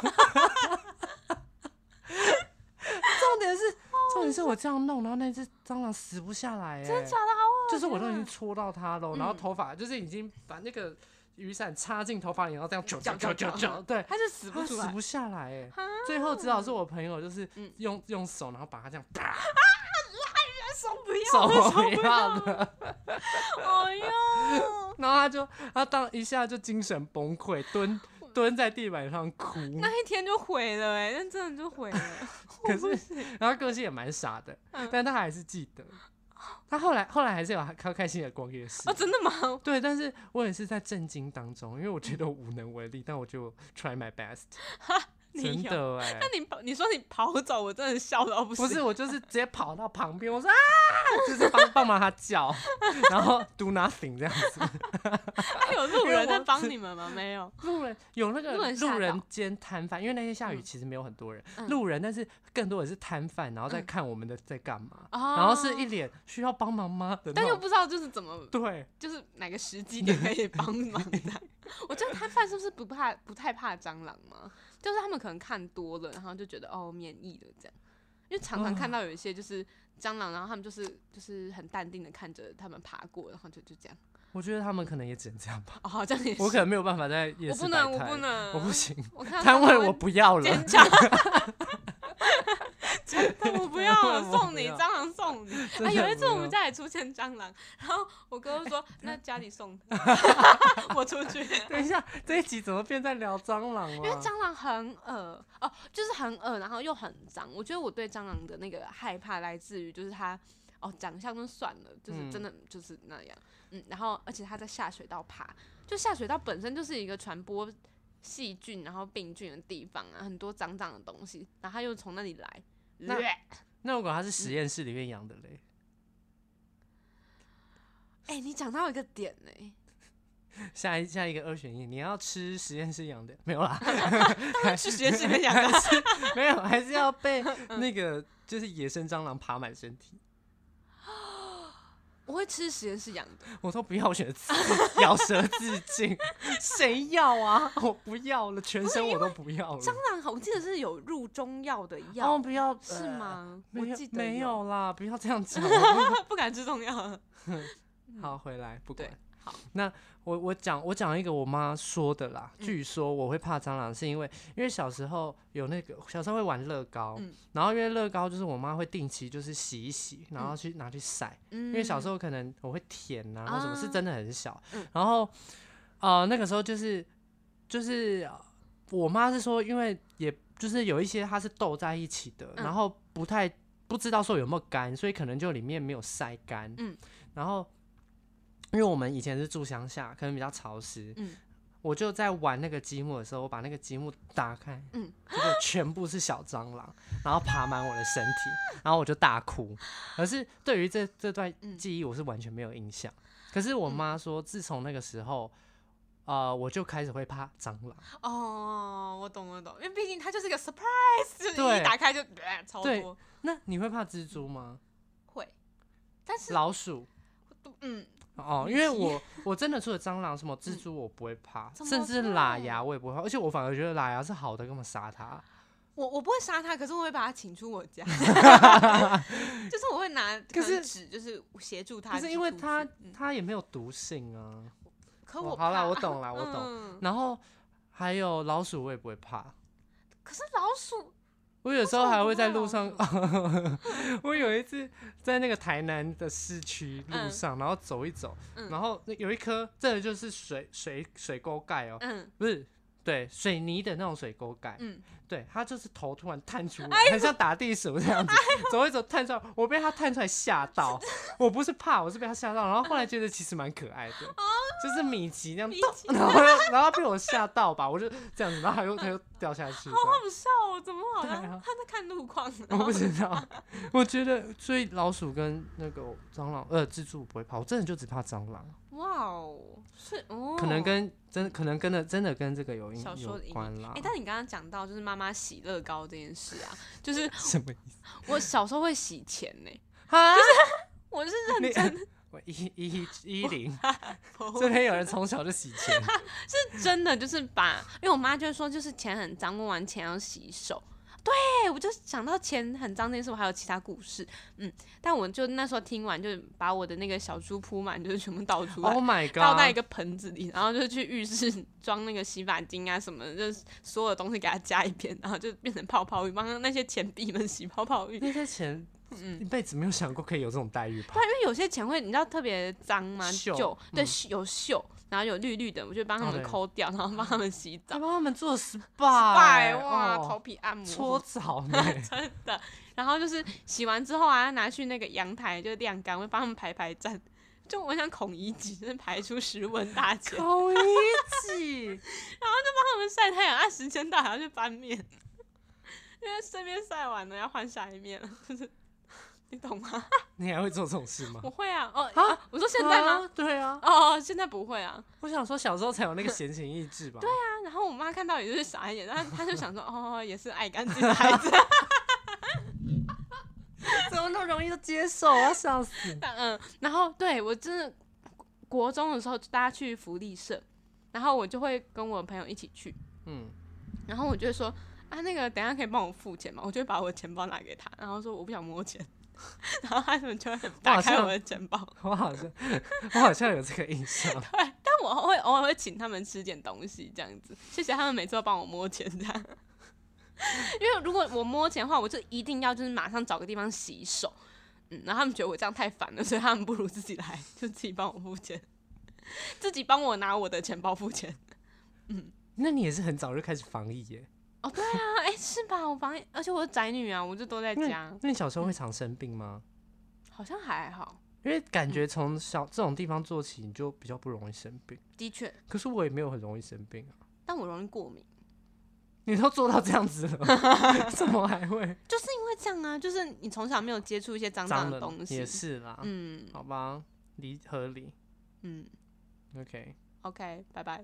点是，重点是我这样弄，然后那只蟑螂死不下来、欸， 真的假的？好恶心！ 就是我都已经戳到它了、嗯，然后头发就是已经把那个雨伞插进头发里，然后这样揪揪揪揪揪，对， 它就死不出来， 死不下来、欸，哎，最后只好是我朋友就是用、嗯、用手，然后把它这样打。 手不要了， 手不要了， 哎呦！ 然后他就他当一下就精神崩溃，蹲蹲在地板上哭。 那一天就毁了哎、欸，那真的就毁了。 可是，然后个性也蛮傻的、嗯，但他还是记得。他后来后来还是有开开心的逛夜市。 哦，真的吗？ 对，但是我也是在震惊当中，因为我觉得我无能为力，但我就 try my best。真的哎、欸， 那你你说你跑走，我真的笑到不行。 不是，我就是直接跑到旁边，我说啊，就是帮帮忙他叫，然后 do nothing 这样子。 还有路人在帮你们吗？没有， 路人有那个路人兼摊贩，因为那天下雨其实没有很多人，嗯、路人，但是更多的是摊贩，然后在看我们的在干嘛、嗯，然后是一脸需要帮忙吗的， 但又不知道就是怎么对， 就是哪个时机点可以帮忙的。我觉得摊贩是不是不怕不太怕蟑螂吗？就是他们可能看多了，然后就觉得哦免疫了这样，因为常常看到有一些就是蟑螂，然后他们就是就是很淡定的看着他们爬过，然后就就这样。 我觉得他们可能也只能这样吧。 哦，这样也是。 我可能没有办法在夜市摆摊。我不能， 我不能， 我不行。摊位我不要了。 坚强。真的，我不要了，送你蟑螂送你。啊，有一次我们家也出现蟑螂，然后我哥就说：“那家里送我出去。” 等一下，这一集怎么变在聊蟑螂了？因为蟑螂很恶哦，就是很恶，然后又很脏。我觉得我对蟑螂的那个害怕来自于就是它哦长相就算了，就是真的就是那样。嗯，然后而且它在下水道爬，就下水道本身就是一个传播细菌然后病菌的地方啊，很多脏脏的东西，然后它又从那里来。 那那如果它是实验室里面养的嘞？ 哎、欸，你讲到一个点呢、欸。 下一下一个二选一，你要吃实验室养的没有啦？ 当然去实验室里面养的， 没有，还是要被那个就是野生蟑螂爬满身体。 我会吃实验室养的， 我都不要，我选择咬舌自尽。谁要啊？我不要了，全身我都不要了。 蟑螂，我记得是有入中药的药， 哦，不要， 是吗？ 呃、 我记得没有啦，不要这样讲， 不敢吃中药。 好，回来不管。 好， 那我我讲我讲一个我妈说的啦、嗯。据说我会怕蟑螂，是因为因为小时候有那个小时候会玩乐高、嗯，然后因为乐高就是我妈会定期就是洗一洗，然后去拿去晒、嗯。因为小时候可能我会舔啊，或什么是真的很小。嗯、然后呃那个时候就是就是我妈是说，因为也就是有一些它是斗在一起的，嗯、然后不太不知道说有没有干，所以可能就里面没有晒干。嗯，然后。因为我们以前是住乡下，可能比较潮湿、嗯，我就在玩那个积木的时候，我把那个积木打开，嗯，结果全部是小蟑螂，然后爬满我的身体，然后我就大哭。可是对于这这段记忆，我是完全没有印象。可是我妈说，自从那个时候，呃，我就开始会怕蟑螂。 哦，我懂我懂，因为毕竟它就是一个 surprise， 就是一打开就、呃、超多。 那你会怕蜘蛛吗？ 会，但是老鼠， 嗯。 哦，因为我我真的除了蟑螂，什么蜘蛛我不会怕，嗯、甚至喇牙我也不会怕，而且我反而觉得喇牙是好的，干嘛杀它？ 我我不会杀它，可是我会把它请出我家，就是我会拿可是纸，就是协助它。 可是因为它它也没有毒性啊。 可我、 哦、好啦，我懂啦，我懂。 嗯、 然后还有老鼠我也不会怕。 可是老鼠， 我有时候还会在路上，我有一次在那个台南的市区路上，嗯、然后走一走，嗯、然后有一颗，这个就是水水水沟盖哦，嗯、不是，对，水泥的那种水沟盖，嗯、对，它就是头突然探出来，哎、很像打地鼠这样子，哎、走一走探出来，我被它探出来吓到，我不是怕，我是被它吓到，然后后来觉得其实蛮可爱的。就是米奇那样，然后然后被我吓到吧，我就这样子，然后他又他又掉下去， 好好笑哦，怎么好像他在看路况？ 我不知道，我觉得所以老鼠跟那个蟑螂呃蜘蛛不会怕，我真的就只怕蟑螂。 哇哦，是哦， 可能跟真可能跟的真的跟这个有因有关啦。 哎、欸，但你刚刚讲到就是妈妈洗乐高这件事啊，就是什么意思？ 我小时候会洗钱呢、 欸， 就是我是认真。 我一一一零，这边有人从小就洗钱， 是真的，就是把，因为我妈就说，就是钱很脏，摸完钱要洗手。对，我就想到钱很脏这件事，我还有其他故事，嗯，但我就那时候听完，就把我的那个小猪铺满，就是全部倒出来 ，Oh my god， 倒在一个盆子里，然后就去浴室装那个洗发精啊什么的，就是所有的东西给它加一遍，然后就变成泡泡浴，帮那些钱币们洗泡泡浴。 那些钱。嗯，一辈子没有想过可以有这种待遇吧？ 对，因为有些钱会，你知道特别脏吗？ 锈， 对，嗯、有锈，然后有绿绿的，我就帮他们抠掉，然后帮他们洗澡， 还帮他们做 S P A， 哇，头皮按摩、 搓澡呢， 真的。然后就是洗完之后啊，拿去那个阳台就晾干，我帮他们排排站。就我想孔乙己，就是排出十文大钱。 孔乙己， 然后就帮他们晒太阳，按时间到还要去翻面，因为这边晒完了要换下一面了，就是。你懂吗？ 你还会做这种事吗？ 我会啊，哦啊，我说现在吗？ 啊对啊， 哦，现在不会啊。 我想说小时候才有那个闲情逸致吧。 对啊，然后我妈看到也就是傻一点，但她就想说，哦，也是爱干净的孩子。 怎么那么容易就接受啊？笑死！ 嗯，然后对我真的国中的时候，大家去福利社，然后我就会跟我朋友一起去，嗯，然后我就会说啊，那个等一下可以帮我付钱吗？我就会把我的钱包拿给他，然后说我不想摸钱。然后他们就会打开我的钱包， 我好像我好像有这个印象。 对，但我会偶尔会请他们吃点东西，这样子，谢谢他们每次都帮我摸钱这样。因为如果我摸钱的话，我就一定要就是马上找个地方洗手，嗯，然后他们觉得我这样太烦了，所以他们不如自己来，就自己帮我付钱，自己帮我拿我的钱包付钱。嗯， 那你也是很早就开始防疫耶。 哦，对啊，哎、欸，是吧？我防疫，而且我是宅女啊，我就都在家。 那你小时候会常生病吗？ 嗯、好像还好， 因为感觉从小这种地方做起，你就比较不容易生病。 的确， 可是我也没有很容易生病啊。 但我容易过敏。 你都做到这样子了，怎么还会？ 就是因为这样啊，就是你从小没有接触一些脏脏的东西。 也是啦，嗯，好吧，理合理。嗯 ，OK。 OK， 拜拜。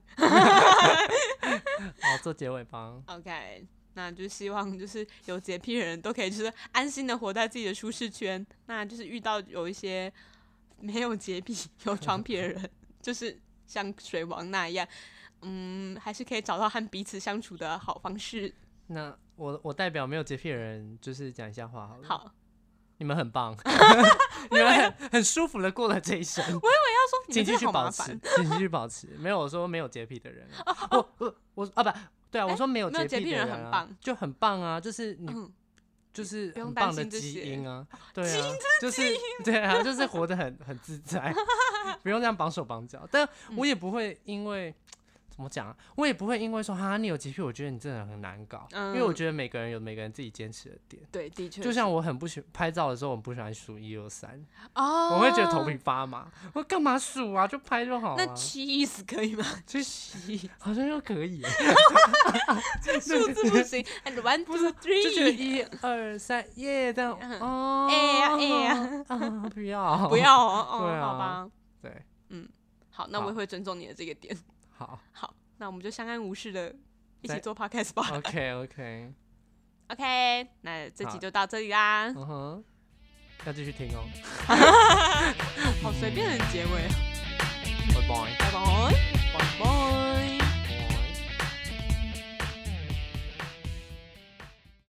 好，做结尾吧。 OK， 那就希望就是有洁癖的人都可以就是安心的活在自己的舒适圈。那就是遇到有一些没有洁癖、有床癖的人，就是像水王那样，嗯，还是可以找到和彼此相处的好方式。 那我我代表没有洁癖的人，就是讲一下话好了。 好。 你们很棒，你们很很舒服的过了这一生。我以为要说你们真的好麻烦，请继续保持。没有，我说没有洁癖的人、啊哦哦，我我我啊不对啊，我说没有洁癖的人、啊欸、 人很棒， 就很棒啊，就是你、嗯、就是很棒的基因啊，对啊，就是对啊，就是活得很很自在，不用这样绑手绑脚。但我也不会因为。怎么讲啊？我也不会因为说哈你有洁癖，我觉得你真的很难搞、嗯，因为我觉得每个人有每个人自己坚持的点。 对，的确。 就像我很不喜拍照的时候，我不喜欢数一二三，我会觉得头皮发麻。我干嘛数啊？就拍就好了。 那 cheese 可以吗？ cheese 好像又可以。 这数字不行 ，and one two three， 就觉得一二三耶这样。哦， 哎呀哎呀， 啊不要不要哦，哦对啊、 好吧。 对， 嗯，好，那我也会尊重你的这个点。 好， 好，那我们就相安无事的一起做 podcast 吧。 OK OK OK， 那这集就到这里啦。 嗯哼，要继续听哦。 好随便的结尾。 拜拜， 拜拜。